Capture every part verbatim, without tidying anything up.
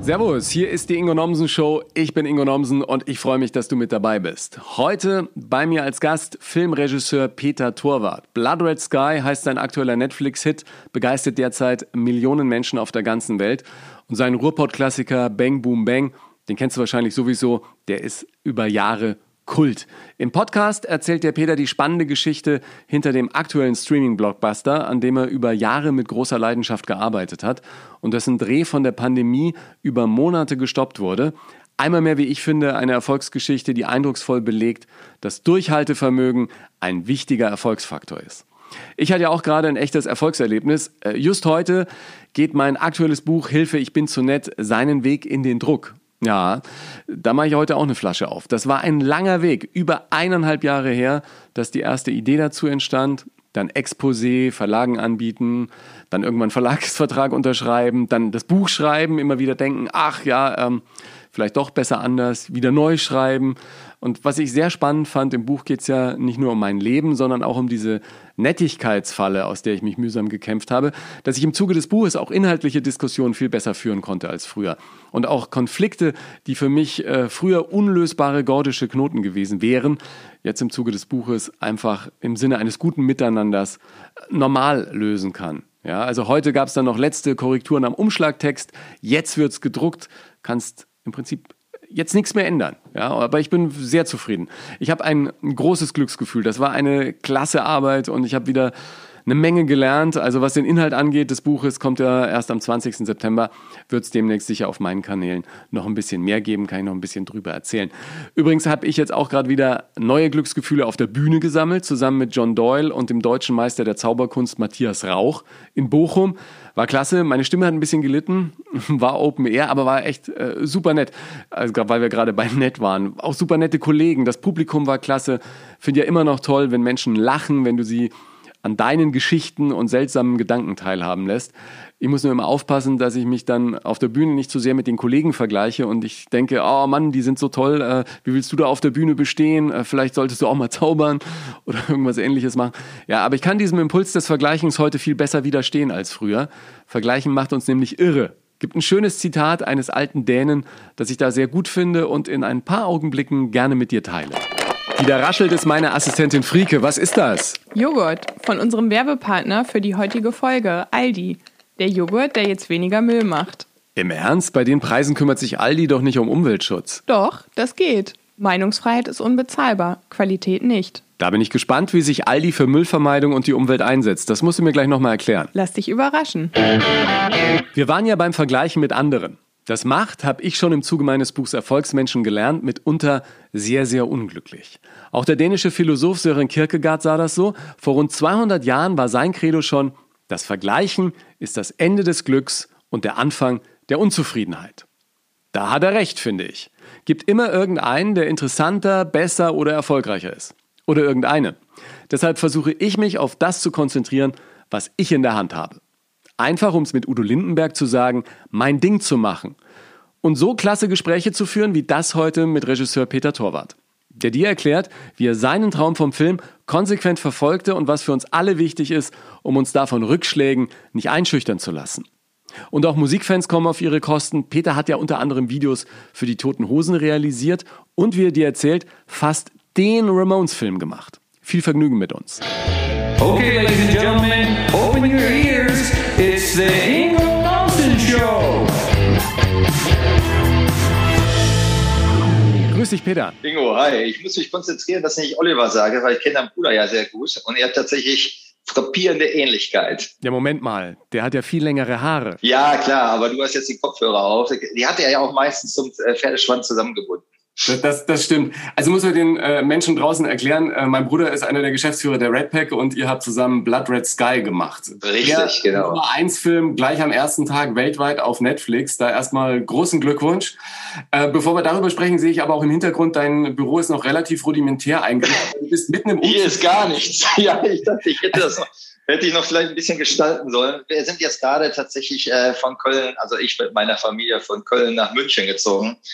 Servus, hier ist die Ingo Nomsen Show. Ich bin Ingo Nomsen und ich freue mich, dass du mit dabei bist. Heute bei mir als Gast Filmregisseur Peter Torwart. Blood Red Sky heißt sein aktueller Netflix-Hit, begeistert derzeit Millionen Menschen auf der ganzen Welt. Und sein Ruhrpott-Klassiker Bang Boom Bang, den kennst du wahrscheinlich sowieso, der ist über Jahre Kult. Im Podcast erzählt der Peter die spannende Geschichte hinter dem aktuellen Streaming-Blockbuster, an dem er über Jahre mit großer Leidenschaft gearbeitet hat und dessen Dreh von der Pandemie über Monate gestoppt wurde. Einmal mehr, wie ich finde, eine Erfolgsgeschichte, die eindrucksvoll belegt, dass Durchhaltevermögen ein wichtiger Erfolgsfaktor ist. Ich hatte ja auch gerade ein echtes Erfolgserlebnis. Just heute geht mein aktuelles Buch Hilfe, ich bin zu nett seinen Weg in den Druck. Ja, da mache ich heute auch eine Flasche auf. Das war ein langer Weg, über eineinhalb Jahre her, dass die erste Idee dazu entstand. Dann Exposé, Verlagen anbieten, dann irgendwann Verlagsvertrag unterschreiben, dann das Buch schreiben, immer wieder denken, ach ja, ähm, vielleicht doch besser anders, wieder neu schreiben. Und was ich sehr spannend fand, im Buch geht es ja nicht nur um mein Leben, sondern auch um diese Nettigkeitsfalle, aus der ich mich mühsam gekämpft habe, dass ich im Zuge des Buches auch inhaltliche Diskussionen viel besser führen konnte als früher. Und auch Konflikte, die für mich äh, früher unlösbare gordische Knoten gewesen wären, jetzt im Zuge des Buches einfach im Sinne eines guten Miteinanders normal lösen kann. Ja, also heute gab es dann noch letzte Korrekturen am Umschlagtext, jetzt wird's gedruckt, kannst im Prinzip jetzt nichts mehr ändern, ja, aber ich bin sehr zufrieden. Ich habe ein großes Glücksgefühl. Das war eine klasse Arbeit und ich habe wieder eine Menge gelernt. Also was den Inhalt angeht des Buches, kommt ja erst am zwanzigsten September, wird es demnächst sicher auf meinen Kanälen noch ein bisschen mehr geben, kann ich noch ein bisschen drüber erzählen. Übrigens habe ich jetzt auch gerade wieder neue Glücksgefühle auf der Bühne gesammelt, zusammen mit John Doyle und dem deutschen Meister der Zauberkunst Matthias Rauch in Bochum. War klasse, meine Stimme hat ein bisschen gelitten, war Open Air, aber war echt äh, super nett, also, weil wir gerade bei nett waren. Auch super nette Kollegen, das Publikum war klasse. Finde ja immer noch toll, wenn Menschen lachen, wenn du sie an deinen Geschichten und seltsamen Gedanken teilhaben lässt. Ich muss nur immer aufpassen, dass ich mich dann auf der Bühne nicht zu sehr mit den Kollegen vergleiche und ich denke, oh Mann, die sind so toll, äh, wie willst du da auf der Bühne bestehen? Äh, vielleicht solltest du auch mal zaubern oder irgendwas Ähnliches machen. Ja, aber ich kann diesem Impuls des Vergleichens heute viel besser widerstehen als früher. Vergleichen macht uns nämlich irre. Gibt ein schönes Zitat eines alten Dänen, das ich da sehr gut finde und in ein paar Augenblicken gerne mit dir teile. Die da raschelt, ist meine Assistentin Frieke. Was ist das? Joghurt von unserem Werbepartner für die heutige Folge, Aldi. Der Joghurt, der jetzt weniger Müll macht. Im Ernst? Bei den Preisen kümmert sich Aldi doch nicht um Umweltschutz. Doch, das geht. Meinungsfreiheit ist unbezahlbar, Qualität nicht. Da bin ich gespannt, wie sich Aldi für Müllvermeidung und die Umwelt einsetzt. Das musst du mir gleich nochmal erklären. Lass dich überraschen. Wir waren ja beim Vergleichen mit anderen. Das macht, habe ich schon im Zuge meines Buchs Erfolgsmenschen gelernt, mitunter sehr, sehr unglücklich. Auch der dänische Philosoph Søren Kierkegaard sah das so. Vor rund zweihundert Jahren war sein Credo schon, das Vergleichen ist das Ende des Glücks und der Anfang der Unzufriedenheit. Da hat er recht, finde ich. Gibt immer irgendeinen, der interessanter, besser oder erfolgreicher ist. Oder irgendeine. Deshalb versuche ich mich auf das zu konzentrieren, was ich in der Hand habe. Einfach, um es mit Udo Lindenberg zu sagen, mein Ding zu machen. Und so klasse Gespräche zu führen, wie das heute mit Regisseur Peter Torwart. Der dir erklärt, wie er seinen Traum vom Film konsequent verfolgte und was für uns alle wichtig ist, um uns davon Rückschlägen nicht einschüchtern zu lassen. Und auch Musikfans kommen auf ihre Kosten. Peter hat ja unter anderem Videos für die Toten Hosen realisiert und, wie er dir erzählt, fast den Ramones-Film gemacht. Viel Vergnügen mit uns. Okay, ladies and gentlemen, open your ears. It's the Ingo Nomsen Show. Grüß dich, Peter. Ingo, hi. Ich muss mich konzentrieren, dass ich nicht Oliver sage, weil ich kenne deinen Bruder ja sehr gut und er hat tatsächlich frappierende Ähnlichkeit. Ja, Moment mal. Der hat ja viel längere Haare. Ja, klar, aber du hast jetzt die Kopfhörer auf. Die hat er ja auch meistens zum Pferdeschwanz zusammengebunden. Das, das, das stimmt. Also muss man den äh, Menschen draußen erklären, äh, mein Bruder ist einer der Geschäftsführer der Red Pack und ihr habt zusammen Blood Red Sky gemacht. Richtig, der genau. Nummer eins Film gleich am ersten Tag weltweit auf Netflix. Da erstmal großen Glückwunsch. Äh, bevor wir darüber sprechen, sehe ich aber auch im Hintergrund, dein Büro ist noch relativ rudimentär eingerichtet. Du bist mitten im Umzug. Hier ist gar nichts. Ja, ich dachte, ich hätte das noch, hätte ich noch vielleicht ein bisschen gestalten sollen. Wir sind jetzt gerade tatsächlich äh, von Köln, also ich mit meiner Familie von Köln nach München gezogen.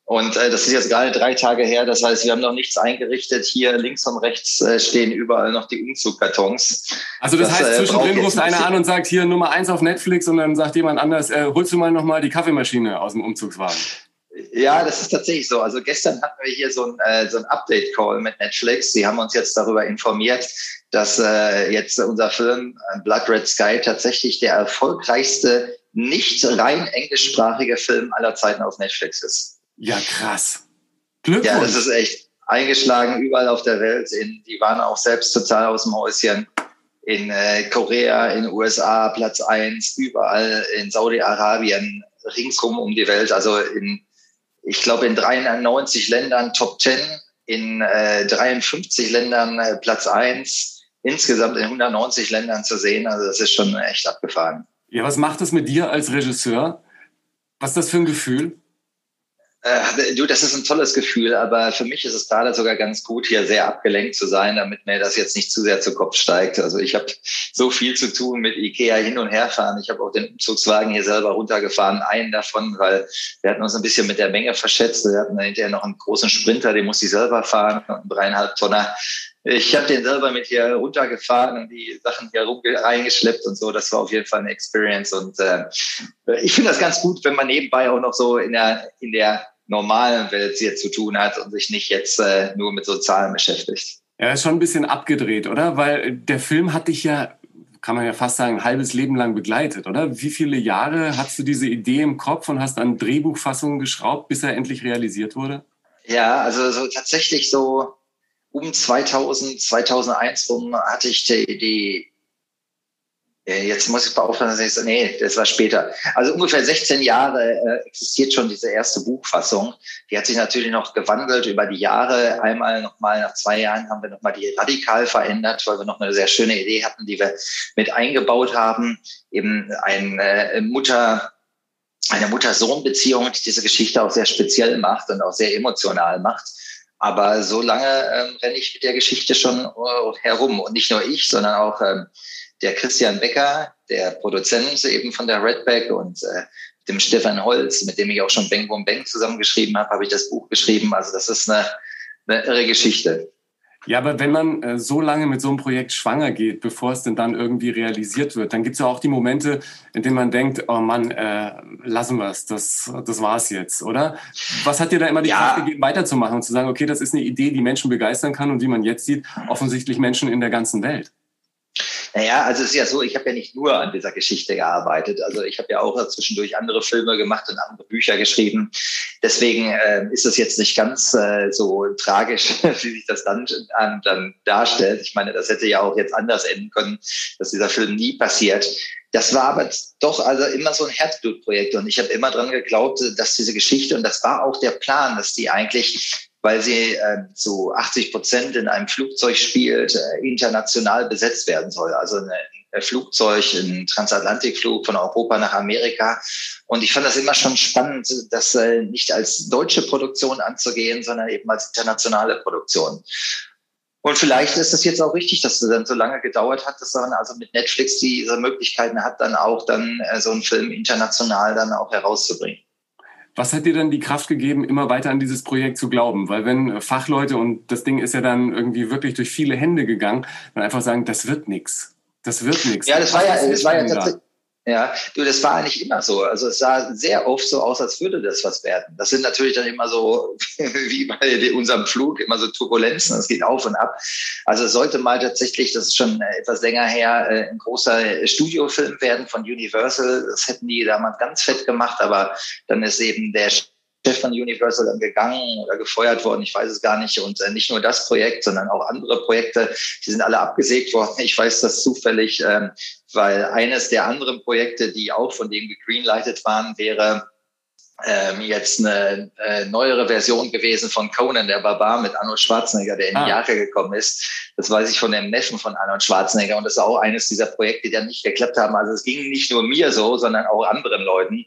Und äh, das ist jetzt gerade drei Tage her. Das heißt, wir haben noch nichts eingerichtet. Hier links und rechts äh, stehen überall noch die Umzugkartons. Also das, das heißt, äh, zwischendrin ruft einer an und sagt, hier Nummer eins auf Netflix, und dann sagt jemand anders, äh, holst du mal nochmal die Kaffeemaschine aus dem Umzugswagen? Ja, das ist tatsächlich so. Also gestern hatten wir hier so ein, äh, so ein Update-Call mit Netflix. Die haben uns jetzt darüber informiert, dass äh, jetzt unser Film äh, Blood Red Sky tatsächlich der erfolgreichste nicht rein englischsprachige Film aller Zeiten auf Netflix ist. Ja, krass. Glückwunsch. Ja, das ist echt eingeschlagen überall auf der Welt. In, die waren auch selbst total aus dem Häuschen. In äh, Korea, in den U S A Platz eins, überall in Saudi-Arabien, ringsrum um die Welt. Also in, ich glaube, in dreiundneunzig Ländern Top zehn, in äh, dreiundfünfzig Ländern äh, Platz eins, insgesamt in hundertneunzig Ländern zu sehen. Also das ist schon echt abgefahren. Ja, was macht das mit dir als Regisseur? Was ist das für ein Gefühl? Äh, du, das ist ein tolles Gefühl, aber für mich ist es gerade sogar ganz gut, hier sehr abgelenkt zu sein, damit mir das jetzt nicht zu sehr zu Kopf steigt. Also ich habe so viel zu tun mit Ikea hin und her fahren. Ich habe auch den Umzugswagen hier selber runtergefahren, einen davon, weil wir hatten uns ein bisschen mit der Menge verschätzt. Wir hatten hinterher noch einen großen Sprinter, den musste ich selber fahren, und einen dreieinhalb Tonner. Ich habe den selber mit hier runtergefahren und die Sachen hier rum reingeschleppt und so. Das war auf jeden Fall eine Experience. Und äh, ich finde das ganz gut, wenn man nebenbei auch noch so in der, in der normalen Welt hier zu tun hat und sich nicht jetzt äh, nur mit so Zahlen beschäftigt. Ja, ist schon ein bisschen abgedreht, oder? Weil der Film hat dich ja, kann man ja fast sagen, ein halbes Leben lang begleitet, oder? Wie viele Jahre hast du diese Idee im Kopf und hast an Drehbuchfassungen geschraubt, bis er endlich realisiert wurde? Ja, also so tatsächlich so um zweitausend, zweitausendeins rum hatte ich die, die jetzt muss ich mal aufpassen, dass ich sage, nee, das war später. Also ungefähr sechzehn Jahre äh, existiert schon diese erste Buchfassung. Die hat sich natürlich noch gewandelt über die Jahre. Einmal nochmal nach zwei Jahren haben wir nochmal die radikal verändert, weil wir noch eine sehr schöne Idee hatten, die wir mit eingebaut haben. Eben ein äh, Mutter, eine Mutter-Sohn-Beziehung, die diese Geschichte auch sehr speziell macht und auch sehr emotional macht. Aber so lange ähm, renne ich mit der Geschichte schon äh, herum. Und nicht nur ich, sondern auch ähm, der Christian Becker, der Produzent eben von der Redback, und äh, dem Stefan Holz, mit dem ich auch schon Bang Boom Bang zusammengeschrieben habe, habe ich das Buch geschrieben. Also das ist eine, eine irre Geschichte. Ja, aber wenn man äh, so lange mit so einem Projekt schwanger geht, bevor es denn dann irgendwie realisiert wird, dann gibt es ja auch die Momente, in denen man denkt, oh Mann, äh, lassen wir es, das, das war's jetzt, oder? Was hat dir da immer die Ja. Kraft gegeben, weiterzumachen und zu sagen, okay, das ist eine Idee, die Menschen begeistern kann und wie man jetzt sieht, offensichtlich Menschen in der ganzen Welt? Naja, also es ist ja so, ich habe ja nicht nur an dieser Geschichte gearbeitet. Also ich habe ja auch zwischendurch andere Filme gemacht und andere Bücher geschrieben. Deswegen äh, ist es jetzt nicht ganz äh, so tragisch, wie sich das dann, dann, dann darstellt. Ich meine, das hätte ja auch jetzt anders enden können, dass dieser Film nie passiert. Das war aber doch also immer so ein Herzblutprojekt, und ich habe immer dran geglaubt, dass diese Geschichte, und das war auch der Plan, dass die eigentlich, weil sie äh, zu achtzig Prozent in einem Flugzeug spielt, äh, international besetzt werden soll. Also ein, ein Flugzeug, ein Transatlantikflug von Europa nach Amerika. Und ich fand das immer schon spannend, das äh, nicht als deutsche Produktion anzugehen, sondern eben als internationale Produktion. Und vielleicht ist es jetzt auch richtig, dass es dann so lange gedauert hat, dass man also mit Netflix diese Möglichkeiten hat, dann auch dann äh, so einen Film international dann auch herauszubringen. Was hat dir dann die Kraft gegeben, immer weiter an dieses Projekt zu glauben? Weil wenn Fachleute, und das Ding ist ja dann irgendwie wirklich durch viele Hände gegangen, dann einfach sagen, das wird nichts. Das wird nichts. Ja, das war ja, das war ja da? tatsächlich. Ja, du, das war nicht immer so. Also es sah sehr oft so aus, als würde das was werden. Das sind natürlich dann immer so, wie bei unserem Flug, immer so Turbulenzen. Das geht auf und ab. Also es sollte mal tatsächlich, das ist schon etwas länger her, ein großer Studiofilm werden von Universal. Das hätten die damals ganz fett gemacht, aber dann ist eben der Chef von Universal dann gegangen oder gefeuert worden, ich weiß es gar nicht. Und äh, nicht nur das Projekt, sondern auch andere Projekte, die sind alle abgesägt worden. Ich weiß das zufällig, ähm, weil eines der anderen Projekte, die auch von dem gegreenlightet waren, wäre ähm, jetzt eine äh, neuere Version gewesen von Conan der Barbar mit Arnold Schwarzenegger, der in die ah. Jahre gekommen ist. Das weiß ich von dem Neffen von Arnold Schwarzenegger. Und das ist auch eines dieser Projekte, die dann nicht geklappt haben. Also es ging nicht nur mir so, sondern auch anderen Leuten.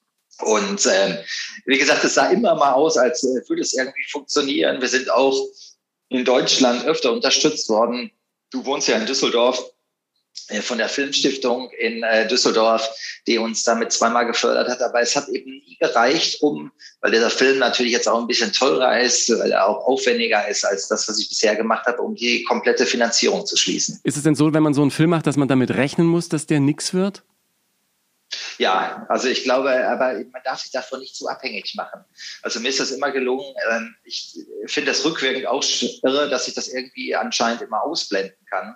Und ähm, wie gesagt, es sah immer mal aus, als äh, würde es irgendwie funktionieren. Wir sind auch in Deutschland öfter unterstützt worden. Du wohnst ja in Düsseldorf. von der Filmstiftung in äh, Düsseldorf, die uns damit zweimal gefördert hat. Aber es hat eben nie gereicht, um, weil dieser Film natürlich jetzt auch ein bisschen teurer ist, weil er auch aufwendiger ist als das, was ich bisher gemacht habe, um die komplette Finanzierung zu schließen. Ist es denn so, wenn man so einen Film macht, dass man damit rechnen muss, dass der nix wird? Ja, also ich glaube, aber man darf sich davon nicht zu abhängig machen. Also mir ist das immer gelungen. Ich finde das rückwirkend auch irre, dass ich das irgendwie anscheinend immer ausblenden kann.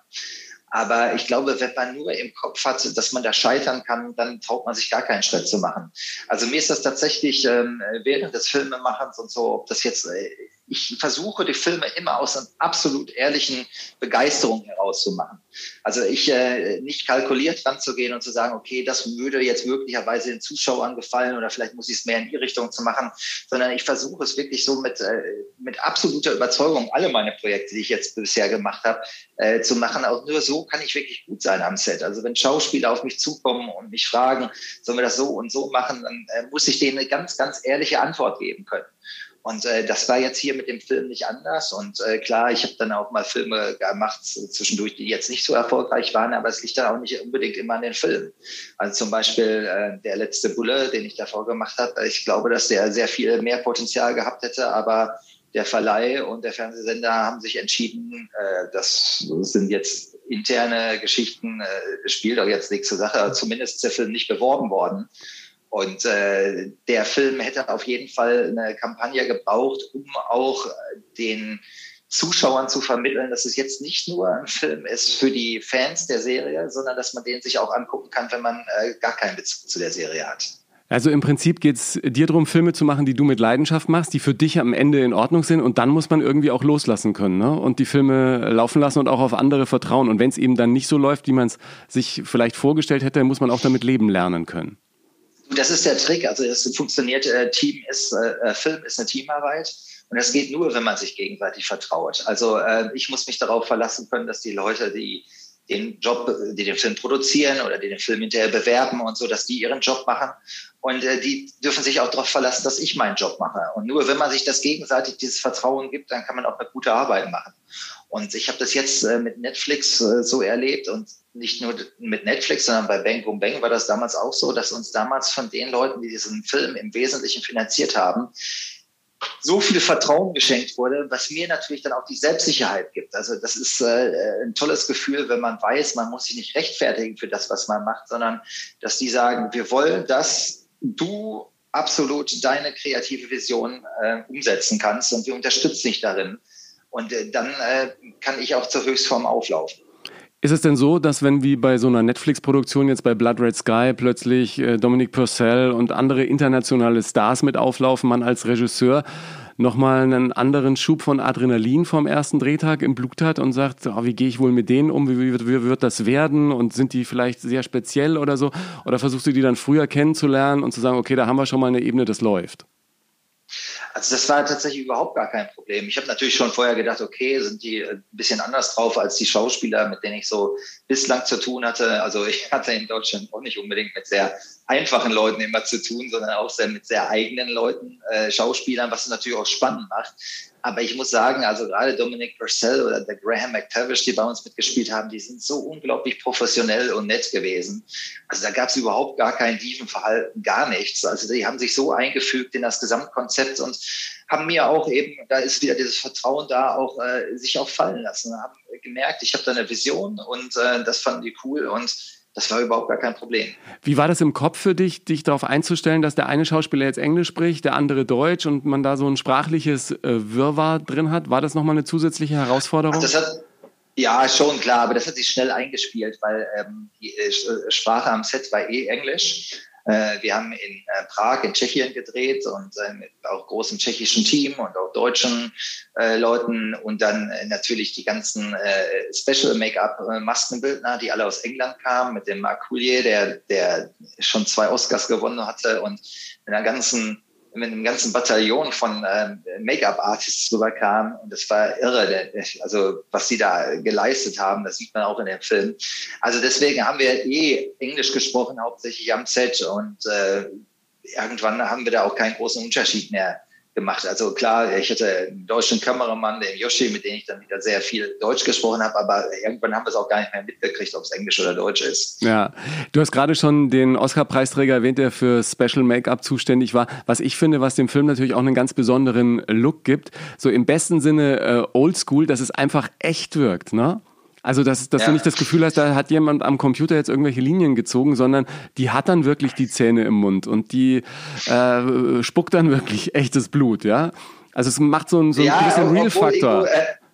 Aber ich glaube, wenn man nur im Kopf hat, dass man da scheitern kann, dann traut man sich gar keinen Schritt zu machen. Also mir ist das tatsächlich ähm, während des Filmemachens und so, ob das jetzt, äh, ich versuche die Filme immer aus einer absolut ehrlichen Begeisterung herauszumachen. Also ich äh, nicht kalkuliert ranzugehen und zu sagen, okay, das würde jetzt möglicherweise den Zuschauern gefallen oder vielleicht muss ich es mehr in die Richtung zu machen, sondern ich versuche es wirklich so mit, äh, mit absoluter Überzeugung, alle meine Projekte, die ich jetzt bisher gemacht habe, äh, zu machen. Auch nur so kann ich wirklich gut sein am Set. Also wenn Schauspieler auf mich zukommen und mich fragen, sollen wir das so und so machen, dann äh, muss ich denen eine ganz, ganz ehrliche Antwort geben können. Und äh, das war jetzt hier mit dem Film nicht anders. Und äh, klar, ich habe dann auch mal Filme gemacht zwischendurch, die jetzt nicht so erfolgreich waren, aber es liegt dann auch nicht unbedingt immer an den Filmen. Also zum Beispiel äh, der letzte Bulle, den ich davor gemacht habe. Ich glaube, dass der sehr viel mehr Potenzial gehabt hätte, aber der Verleih und der Fernsehsender haben sich entschieden, äh, das sind jetzt interne Geschichten, äh, spielt auch jetzt nichts zur Sache, aber zumindest ist der Film nicht beworben worden. Und äh, der Film hätte auf jeden Fall eine Kampagne gebraucht, um auch den Zuschauern zu vermitteln, dass es jetzt nicht nur ein Film ist für die Fans der Serie, sondern dass man den sich auch angucken kann, wenn man äh, gar keinen Bezug zu der Serie hat. Also im Prinzip geht es dir darum, Filme zu machen, die du mit Leidenschaft machst, die für dich am Ende in Ordnung sind, und dann muss man irgendwie auch loslassen können, ne? Und die Filme laufen lassen und auch auf andere vertrauen. Und wenn es eben dann nicht so läuft, wie man es sich vielleicht vorgestellt hätte, muss man auch damit leben lernen können. Das ist der Trick. Also es funktioniert, äh, Team ist, äh, Film ist eine Teamarbeit. Und das geht nur, wenn man sich gegenseitig vertraut. Also äh, ich muss mich darauf verlassen können, dass die Leute, die den Job, die den Film produzieren oder die den Film hinterher bewerben und so, dass die ihren Job machen. Und äh, die dürfen sich auch darauf verlassen, dass ich meinen Job mache. Und nur wenn man sich das gegenseitig dieses Vertrauen gibt, dann kann man auch eine gute Arbeit machen. Und ich habe das jetzt äh, mit Netflix äh, so erlebt, und nicht nur mit Netflix, sondern bei Bang Boom Bang war das damals auch so, dass uns damals von den Leuten, die diesen Film im Wesentlichen finanziert haben, so viel Vertrauen geschenkt wurde, was mir natürlich dann auch die Selbstsicherheit gibt. Also das ist äh, ein tolles Gefühl, wenn man weiß, man muss sich nicht rechtfertigen für das, was man macht, sondern dass die sagen, wir wollen, dass du absolut deine kreative Vision äh, umsetzen kannst, und wir unterstützen dich darin. Und äh, dann äh, kann ich auch zur Höchstform auflaufen. Ist es denn so, dass wenn wie bei so einer Netflix-Produktion jetzt bei Blood Red Sky plötzlich äh, Dominic Purcell und andere internationale Stars mit auflaufen, man als Regisseur nochmal einen anderen Schub von Adrenalin vom ersten Drehtag im Blut hat und sagt, oh, wie gehe ich wohl mit denen um, wie, wie, wie wird das werden, und sind die vielleicht sehr speziell oder so? Oder versuchst du die dann früher kennenzulernen und zu sagen, okay, da haben wir schon mal eine Ebene, das läuft? Also das war tatsächlich überhaupt gar kein Problem. Ich habe natürlich schon vorher gedacht, okay, sind die ein bisschen anders drauf als die Schauspieler, mit denen ich so bislang zu tun hatte. Also ich hatte in Deutschland auch nicht unbedingt mit sehr einfachen Leuten immer zu tun, sondern auch sehr mit sehr eigenen Leuten, äh, Schauspielern, was es natürlich auch spannend macht. Aber ich muss sagen, also gerade Dominic Purcell oder der Graham McTavish, die bei uns mitgespielt haben, die sind so unglaublich professionell und nett gewesen. Also da gab es überhaupt gar kein Divenverhalten, gar nichts. Also die haben sich so eingefügt in das Gesamtkonzept und haben mir auch eben, da ist wieder dieses Vertrauen da, auch äh, sich auch fallen lassen. Haben gemerkt, ich habe da eine Vision, und äh, das fanden die cool, und das war überhaupt gar kein Problem. Wie war das im Kopf für dich, dich darauf einzustellen, dass der eine Schauspieler jetzt Englisch spricht, der andere Deutsch, und man da so ein sprachliches äh, Wirrwarr drin hat? War das nochmal eine zusätzliche Herausforderung? Ach, das hat, ja, schon klar, aber das hat sich schnell eingespielt, weil ähm, die äh, Sprache am Set war eh Englisch. Äh, wir haben in äh, Prag in Tschechien gedreht und äh, mit auch großem tschechischen Team und auch deutschen äh, Leuten, und dann äh, natürlich die ganzen äh, Special Make-up-Maskenbildner, die alle aus England kamen, mit dem Marc Coulier, der, der schon zwei Oscars gewonnen hatte, und mit einer ganzen mit einem ganzen Bataillon von äh, Make-up-Artists rüberkam, und das war irre, also was die da geleistet haben, das sieht man auch in dem Film. Also deswegen haben wir eh Englisch gesprochen, hauptsächlich am Set, und äh, irgendwann haben wir da auch keinen großen Unterschied mehr gemacht. Also klar, ich hatte einen deutschen Kameramann, den Yoshi, mit dem ich dann wieder sehr viel Deutsch gesprochen habe, aber irgendwann haben wir es auch gar nicht mehr mitgekriegt, ob es Englisch oder Deutsch ist. Ja, du hast gerade schon den Oscar-Preisträger erwähnt, der für Special Make-up zuständig war. Was ich finde, was dem Film natürlich auch einen ganz besonderen Look gibt, so im besten Sinne äh, Oldschool, dass es einfach echt wirkt, ne? Also, dass, dass ja. du nicht das Gefühl hast, da hat jemand am Computer jetzt irgendwelche Linien gezogen, sondern die hat dann wirklich die Zähne im Mund und die äh, spuckt dann wirklich echtes Blut, ja? Also es macht so einen, so einen ja, gewissen Real-Faktor.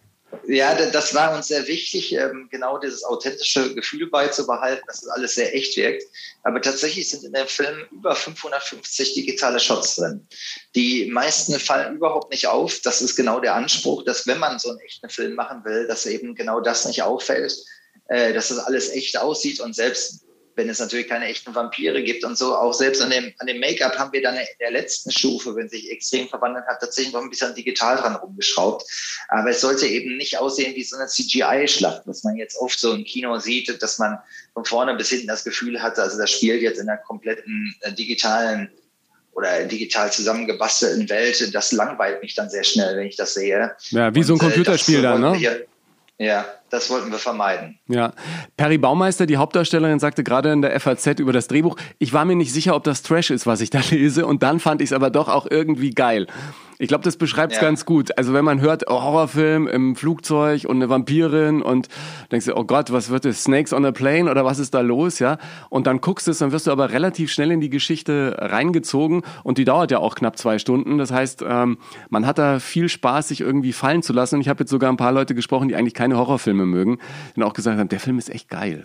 Ja, das war uns sehr wichtig, genau dieses authentische Gefühl beizubehalten, dass es alles sehr echt wirkt. Aber tatsächlich sind in dem Film über fünfhundertfünfzig digitale Shots drin. Die meisten fallen überhaupt nicht auf. Das ist genau der Anspruch, dass wenn man so einen echten Film machen will, dass eben genau das nicht auffällt, dass das alles echt aussieht und selbst wenn es natürlich keine echten Vampire gibt und so, auch selbst an dem, an dem Make-up haben wir dann in der letzten Stufe, wenn sich extrem verwandelt hat, tatsächlich noch ein bisschen digital dran rumgeschraubt. Aber es sollte eben nicht aussehen wie so eine C G I-Schlacht, was man jetzt oft so im Kino sieht, dass man von vorne bis hinten das Gefühl hat, also das spielt jetzt in einer kompletten äh, digitalen oder digital zusammengebastelten Welt. Das langweilt mich dann sehr schnell, wenn ich das sehe. Ja, wie und, so ein Computerspiel äh, dann, ne? Wir, ja, das wollten wir vermeiden. Ja, Perry Baumeister, die Hauptdarstellerin, sagte gerade in der F A Z über das Drehbuch, ich war mir nicht sicher, ob das Trash ist, was ich da lese, und dann fand ich es aber doch auch irgendwie geil. Ich glaube, das beschreibt es ja. ganz gut. Also wenn man hört, oh, Horrorfilm im Flugzeug und eine Vampirin und denkst du, oh Gott, was wird das? Snakes on a Plane oder was ist da los? Ja. Und dann guckst du es, dann wirst du aber relativ schnell in die Geschichte reingezogen und die dauert ja auch knapp zwei Stunden. Das heißt, ähm, man hat da viel Spaß, sich irgendwie fallen zu lassen. Und ich habe jetzt sogar ein paar Leute gesprochen, die eigentlich keine Horrorfilme mögen, und auch gesagt haben, der Film ist echt geil.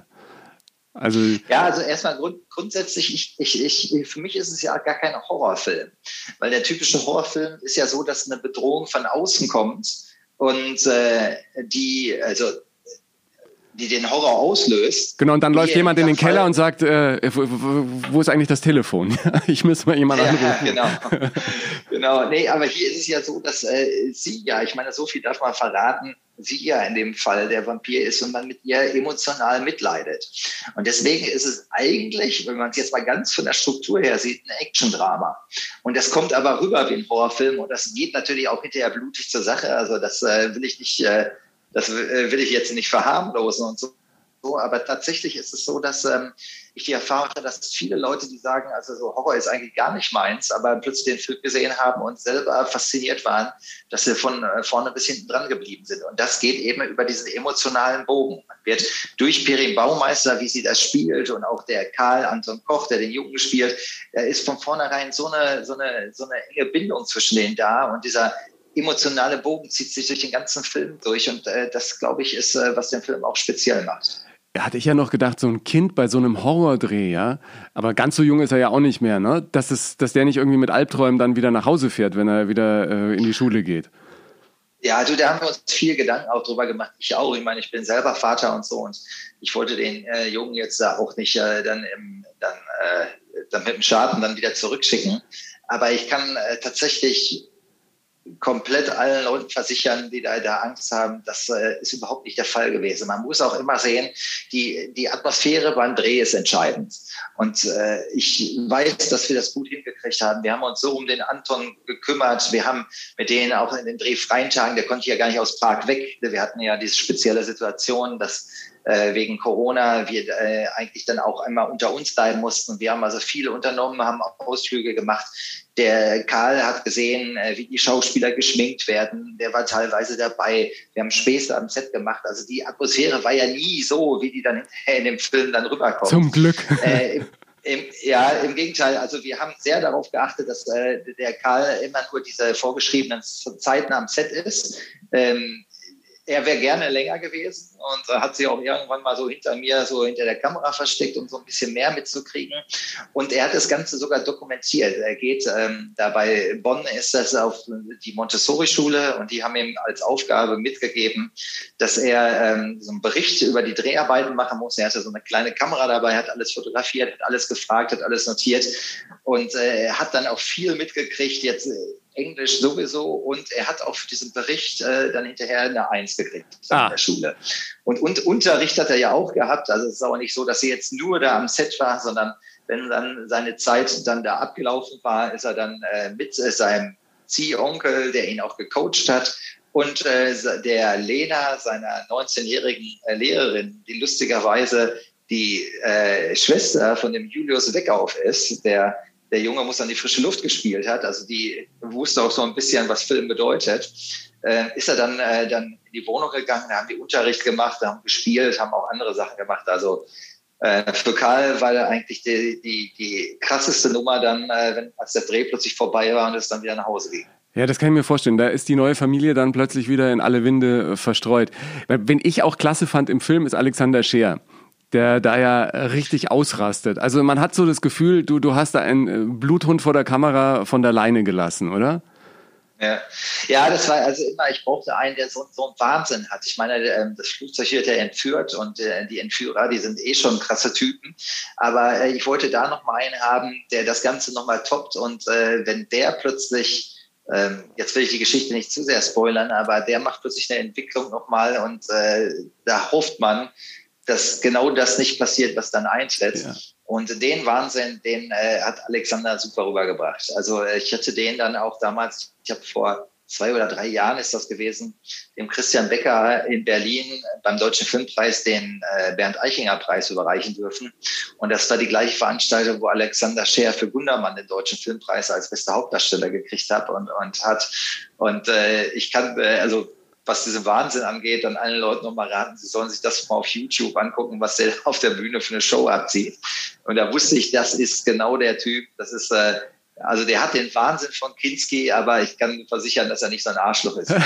Also ja, also erstmal grund, grundsätzlich, ich, ich, ich, für mich ist es ja gar kein Horrorfilm, weil der typische Horrorfilm ist ja so, dass eine Bedrohung von außen kommt und äh, die, also die den Horror auslöst. Genau, und dann läuft jemand in den Keller Fall und sagt, äh, wo, wo ist eigentlich das Telefon? Ich muss mal jemanden anrufen. Ja, genau. Genau. Nee, aber hier ist es ja so, dass äh, sie ja, ich meine, so viel darf man verraten, sie ja in dem Fall der Vampir ist und man mit ihr emotional mitleidet. Und deswegen ist es eigentlich, wenn man es jetzt mal ganz von der Struktur her sieht, ein Action-Drama. Und das kommt aber rüber wie ein Horrorfilm und das geht natürlich auch hinterher blutig zur Sache. Also das äh, will ich nicht... Äh, Das will ich jetzt nicht verharmlosen und so. Aber tatsächlich ist es so, dass ähm, ich die Erfahrung habe, dass viele Leute, die sagen, also so Horror ist eigentlich gar nicht meins, aber plötzlich den Film gesehen haben und selber fasziniert waren, dass sie von äh, vorne bis hinten dran geblieben sind. Und das geht eben über diesen emotionalen Bogen. Man wird durch Perry Baumeister, wie sie das spielt, und auch der Karl Anton Koch, der den Jungen spielt, da ist von vornherein so eine, so eine, so eine enge Bindung zwischen denen da und dieser emotionale Bogen zieht sich durch den ganzen Film durch und äh, das, glaube ich, ist, äh, was den Film auch speziell macht. Ja, hatte ich ja noch gedacht, so ein Kind bei so einem Horrordreh, ja, aber ganz so jung ist er ja auch nicht mehr, ne? Dass, es, dass der nicht irgendwie mit Albträumen dann wieder nach Hause fährt, wenn er wieder äh, in die Schule geht. Ja, also da haben wir uns viel Gedanken auch drüber gemacht. Ich auch. Ich meine, ich bin selber Vater und so und ich wollte den äh, Jungen jetzt da auch nicht äh, dann, im, dann, äh, dann mit dem Schaden dann wieder zurückschicken. Aber ich kann äh, tatsächlich komplett allen Leuten versichern, die da, da Angst haben, das äh, ist überhaupt nicht der Fall gewesen. Man muss auch immer sehen, die, die Atmosphäre beim Dreh ist entscheidend. Und äh, ich weiß, dass wir das gut hingekriegt haben. Wir haben uns so um den Anton gekümmert. Wir haben mit denen auch in den drehfreien Tagen, der konnte ja gar nicht aus Prag weg. Wir hatten ja diese spezielle Situation, dass äh, wegen Corona wir äh, eigentlich dann auch einmal unter uns bleiben mussten. Wir haben also viel unternommen, haben auch Ausflüge gemacht. Der Karl hat gesehen, wie die Schauspieler geschminkt werden. Der war teilweise dabei. Wir haben Späße am Set gemacht. Also die Atmosphäre war ja nie so, wie die dann in dem Film dann rüberkommt. Zum Glück. Äh, im, im, ja, im Gegenteil. Also wir haben sehr darauf geachtet, dass äh, der Karl immer nur diese vorgeschriebenen Zeiten am Set ist. Ähm, Er wäre gerne länger gewesen und hat sich auch irgendwann mal so hinter mir, so hinter der Kamera versteckt, um so ein bisschen mehr mitzukriegen. Und er hat das Ganze sogar dokumentiert. Er geht ähm, da bei Bonn, ist das auf die Montessori-Schule und die haben ihm als Aufgabe mitgegeben, dass er ähm, so einen Bericht über die Dreharbeiten machen muss. Er hatte so eine kleine Kamera dabei, hat alles fotografiert, hat alles gefragt, hat alles notiert und äh, hat dann auch viel mitgekriegt, jetzt Englisch sowieso, und er hat auch für diesen Bericht äh, dann hinterher eine Eins gekriegt ah. in der Schule. Und, und Unterricht hat er ja auch gehabt, also es ist auch nicht so, dass er jetzt nur da am Set war, sondern wenn dann seine Zeit dann da abgelaufen war, ist er dann äh, mit äh, seinem Ziehonkel, der ihn auch gecoacht hat. Und äh, der Lena, seiner neunzehnjährigen äh, Lehrerin, die lustigerweise die äh, Schwester von dem Julius Weckauf ist, der der Junge muss an die frische Luft gespielt hat, also die wusste auch so ein bisschen, was Film bedeutet, äh, ist er dann, äh, dann in die Wohnung gegangen, da haben die Unterricht gemacht, haben gespielt, haben auch andere Sachen gemacht. Also äh, für Karl war da eigentlich die, die, die krasseste Nummer dann, äh, wenn, als der Dreh plötzlich vorbei war und es dann wieder nach Hause ging. Ja, das kann ich mir vorstellen. Da ist die neue Familie dann plötzlich wieder in alle Winde äh, verstreut. Wenn ich auch klasse fand im Film, ist Alexander Scheer, der da ja richtig ausrastet. Also man hat so das Gefühl, du, du hast da einen Bluthund vor der Kamera von der Leine gelassen, oder? Ja, ja, das war also immer, ich brauchte einen, der so, so einen Wahnsinn hat. Ich meine, das Flugzeug wird ja entführt und die Entführer, die sind eh schon krasse Typen. Aber ich wollte da noch mal einen haben, der das Ganze noch mal toppt. Und wenn der plötzlich, jetzt will ich die Geschichte nicht zu sehr spoilern, aber der macht plötzlich eine Entwicklung noch mal und da hofft man, dass genau das nicht passiert, was dann eintritt. Ja. Und den Wahnsinn, den äh, hat Alexander super rübergebracht. Also äh, ich hatte den dann auch damals, ich habe vor zwei oder drei Jahren ist das gewesen, dem Christian Becker in Berlin beim Deutschen Filmpreis den äh, Bernd Eichinger Preis überreichen dürfen. Und das war die gleiche Veranstaltung, wo Alexander Scheer für Gundermann den Deutschen Filmpreis als bester Hauptdarsteller gekriegt hat und, und hat. Und äh, ich kann, äh, also was diesen Wahnsinn angeht, dann allen Leuten nochmal raten, sie sollen sich das mal auf YouTube angucken, was der auf der Bühne für eine Show abzieht. Und da wusste ich, das ist genau der Typ. Das ist, äh, also der hat den Wahnsinn von Kinski, aber ich kann versichern, dass er nicht so ein Arschloch ist.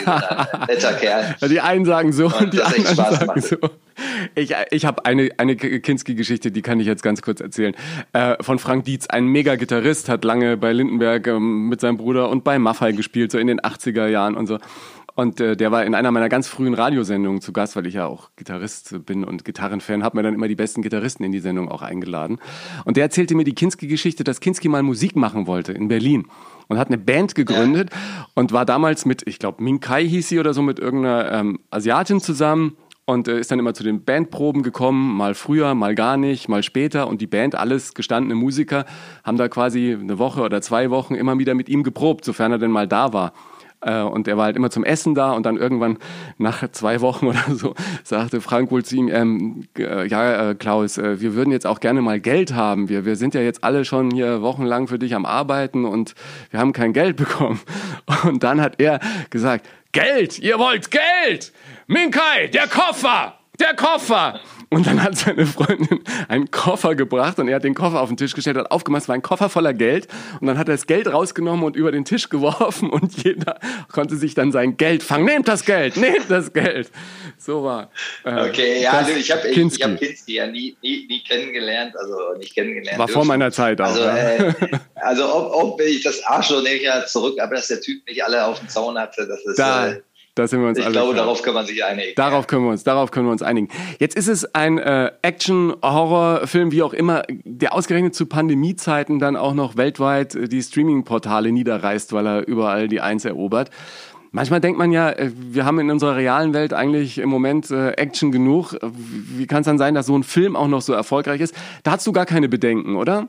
Ein netter Kerl. Die einen sagen so und, und die anderen sagen macht. so. Ich, ich habe eine, eine Kinski-Geschichte, die kann ich jetzt ganz kurz erzählen. Äh, von Frank Dietz, ein Mega-Gitarrist, hat lange bei Lindenberg ähm, mit seinem Bruder und bei Maffay gespielt, so in den achtziger Jahren und so. Und äh, der war in einer meiner ganz frühen Radiosendungen zu Gast, weil ich ja auch Gitarrist bin und Gitarrenfan, habe mir dann immer die besten Gitarristen in die Sendung auch eingeladen. Und der erzählte mir die Kinski-Geschichte, dass Kinski mal Musik machen wollte in Berlin und hat eine Band gegründet ja. und war damals mit, ich glaube, Minkai hieß sie oder so, mit irgendeiner ähm, Asiatin zusammen und äh, ist dann immer zu den Bandproben gekommen, mal früher, mal gar nicht, mal später. Und die Band, alles gestandene Musiker, haben da quasi eine Woche oder zwei Wochen immer wieder mit ihm geprobt, sofern er denn mal da war. Und er war halt immer zum Essen da und dann irgendwann nach zwei Wochen oder so sagte Frank wohl zu ihm, ähm, äh, ja äh, Klaus, äh, wir würden jetzt auch gerne mal Geld haben. Wir, wir sind ja jetzt alle schon hier wochenlang für dich am Arbeiten und wir haben kein Geld bekommen. Und dann hat er gesagt, Geld, ihr wollt Geld! Minkai, der Koffer! Der Koffer! Und dann hat seine Freundin einen Koffer gebracht und er hat den Koffer auf den Tisch gestellt, hat aufgemacht, es war ein Koffer voller Geld und dann hat er das Geld rausgenommen und über den Tisch geworfen und jeder konnte sich dann sein Geld fangen. Nehmt das Geld, nehmt das Geld. So war äh, Okay, ja, also ich habe ich, ich hab Kinski ja nie, nie, nie kennengelernt, also nicht kennengelernt. War dürfen. Vor meiner Zeit auch. Also, ja. äh, also ob, ob ich das Arschloch nehme ich ja zurück, aber dass der Typ nicht alle auf dem Zaun hatte, das ist... Da. Äh, Da sind wir uns ich alle glaube, klar. darauf kann man sich einigen. Darauf können wir uns, darauf können wir uns einigen. Jetzt ist es ein äh, Action-Horror-Film, wie auch immer, der ausgerechnet zu Pandemiezeiten dann auch noch weltweit äh, die Streaming-Portale niederreißt, weil er überall die Eins erobert. Manchmal denkt man ja, äh, wir haben in unserer realen Welt eigentlich im Moment äh, Action genug. Wie kann es dann sein, dass so ein Film auch noch so erfolgreich ist? Da hast du gar keine Bedenken, oder?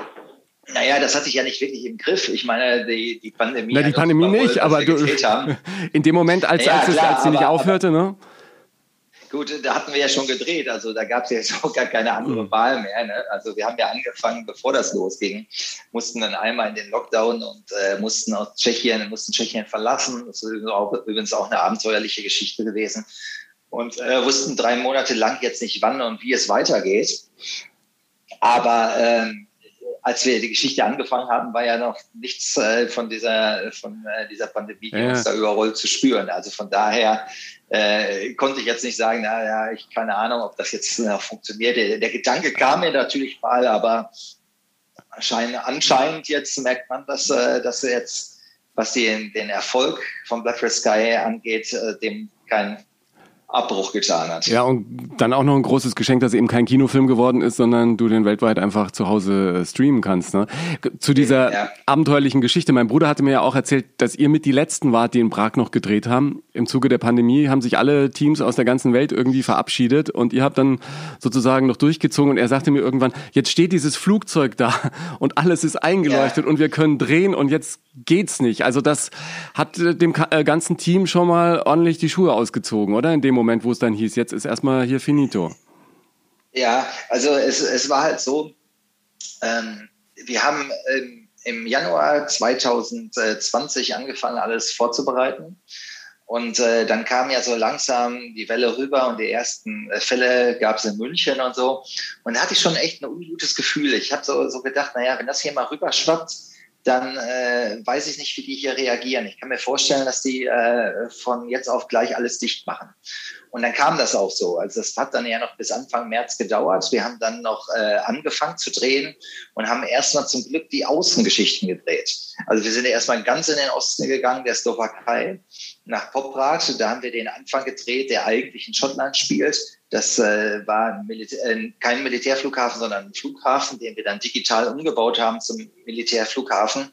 Naja, das hatte ich ja nicht wirklich im Griff. Ich meine, die, die Pandemie... Na, die Pandemie nicht, aber du, in dem Moment, als, naja, als, es, klar, als sie nicht aber, aufhörte, ne? Gut, da hatten wir ja schon gedreht, also da gab es ja jetzt auch gar keine andere mhm. Wahl mehr. Ne? Also wir haben ja angefangen, bevor das losging, mussten dann einmal in den Lockdown und äh, mussten aus Tschechien, mussten Tschechien verlassen. Das ist übrigens auch eine abenteuerliche Geschichte gewesen. Und äh, wussten drei Monate lang jetzt nicht, wann und wie es weitergeht. Aber... Ähm, als wir die Geschichte angefangen haben, war ja noch nichts äh, von dieser von äh, dieser Pandemie ja. uns da überall zu spüren. Also von daher äh, konnte ich jetzt nicht sagen, na ja, ich keine Ahnung, ob das jetzt noch funktioniert. Der, der Gedanke kam mir natürlich mal, aber anscheinend, anscheinend jetzt merkt man, dass äh, dass jetzt, was den, den Erfolg von Blood Red Sky angeht, äh, dem kein Abbruch getan hat. Ja, und dann auch noch ein großes Geschenk, dass eben kein Kinofilm geworden ist, sondern du den weltweit einfach zu Hause streamen kannst. Ne? Zu dieser ja. abenteuerlichen Geschichte. Mein Bruder hatte mir ja auch erzählt, dass ihr mit die Letzten wart, die in Prag noch gedreht haben. Im Zuge der Pandemie haben sich alle Teams aus der ganzen Welt irgendwie verabschiedet und ihr habt dann sozusagen noch durchgezogen und er sagte mir irgendwann, jetzt steht dieses Flugzeug da und alles ist eingeleuchtet ja. und wir können drehen und jetzt geht's nicht. Also das hat dem ganzen Team schon mal ordentlich die Schuhe ausgezogen, oder? In dem Moment, wo es dann hieß, jetzt ist erstmal hier finito. Ja, also es, es war halt so, ähm, wir haben ähm, im Januar zwanzig zwanzig angefangen, alles vorzubereiten. Und äh, dann kam ja so langsam die Welle rüber und die ersten äh, Fälle gab es in München und so. Und da hatte ich schon echt ein ungutes Gefühl. Ich habe so, so gedacht, naja, wenn das hier mal rüberschwappt, dann äh, weiß ich nicht, wie die hier reagieren. Ich kann mir vorstellen, dass die äh, von jetzt auf gleich alles dicht machen. Und dann kam das auch so. Also das hat dann ja noch bis Anfang März gedauert. Wir haben dann noch äh, angefangen zu drehen und haben erstmal zum Glück die Außengeschichten gedreht. Also wir sind ja erstmal ganz in den Osten gegangen, der Slowakei, nach Poprad. Da haben wir den Anfang gedreht, der eigentlich in Schottland spielt. Das äh, war ein Militä- äh, kein Militärflughafen, sondern ein Flughafen, den wir dann digital umgebaut haben zum Militärflughafen.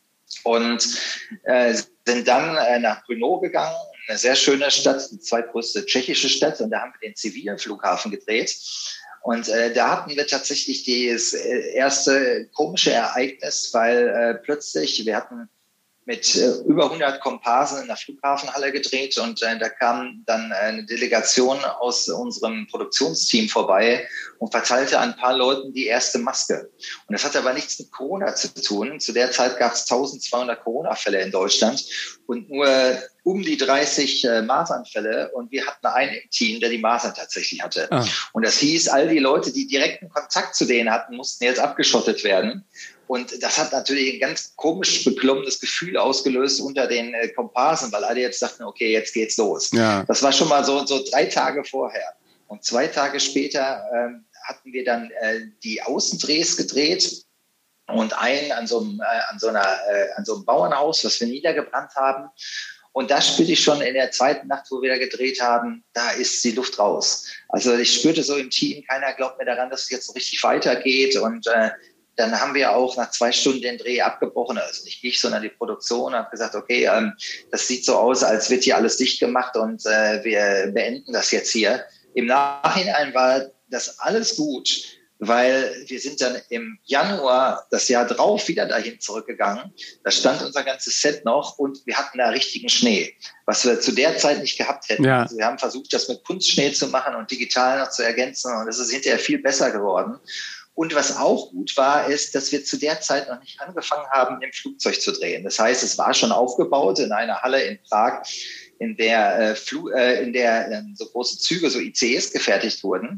Und äh, sind dann äh, nach Brno gegangen, eine sehr schöne Stadt, die zweitgrößte tschechische Stadt. Und da haben wir den zivilen Flughafen gedreht. Und äh, da hatten wir tatsächlich das erste komische Ereignis, weil äh, plötzlich, wir hatten mit äh, über hundert Komparsen in der Flughafenhalle gedreht und äh, da kam dann eine Delegation aus unserem Produktionsteam vorbei und verteilte ein paar Leuten die erste Maske. Und das hatte aber nichts mit Corona zu tun. Zu der Zeit gab es zwölfhundert Corona-Fälle in Deutschland und nur um die dreißig äh, Masernfälle und wir hatten einen im Team, der die Masern tatsächlich hatte. Ah. Und das hieß, all die Leute, die direkten Kontakt zu denen hatten, mussten jetzt abgeschottet werden. Und das hat natürlich ein ganz komisch beklommenes Gefühl ausgelöst unter den äh, Komparsen, weil alle jetzt dachten, okay, jetzt geht's los. Ja. Das war schon mal so, so drei Tage vorher. Und zwei Tage später ähm, hatten wir dann äh, die Außendrehs gedreht und einen an so einem, äh, an so einer, äh, an so einem Bauernhaus, was wir niedergebrannt haben. Und da spürte ich schon in der zweiten Nacht, wo wir da gedreht haben, da ist die Luft raus. Also ich spürte so im Team, keiner glaubt mir daran, dass es jetzt so richtig weitergeht. Und äh, dann haben wir auch nach zwei Stunden den Dreh abgebrochen, also nicht ich, sondern die Produktion, hat gesagt, okay, ähm, das sieht so aus, als wird hier alles dicht gemacht und äh, wir beenden das jetzt hier. Im Nachhinein war das alles gut, weil wir sind dann im Januar das Jahr drauf wieder dahin zurückgegangen. Da stand unser ganzes Set noch und wir hatten da richtigen Schnee, was wir zu der Zeit nicht gehabt hätten. Ja. Also wir haben versucht, das mit Kunstschnee zu machen und digital noch zu ergänzen und es ist hinterher viel besser geworden. Und was auch gut war, ist, dass wir zu der Zeit noch nicht angefangen haben, im Flugzeug zu drehen. Das heißt, es war schon aufgebaut in einer Halle in Prag, in der, äh, Flu- äh, in der äh, so große Züge, so I C Es gefertigt wurden.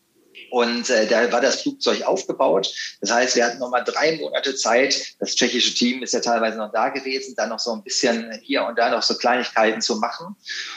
Und äh, da war das Flugzeug aufgebaut. Das heißt, wir hatten noch mal drei Monate Zeit. Das tschechische Team ist ja teilweise noch da gewesen, dann noch so ein bisschen hier und da noch so Kleinigkeiten zu machen.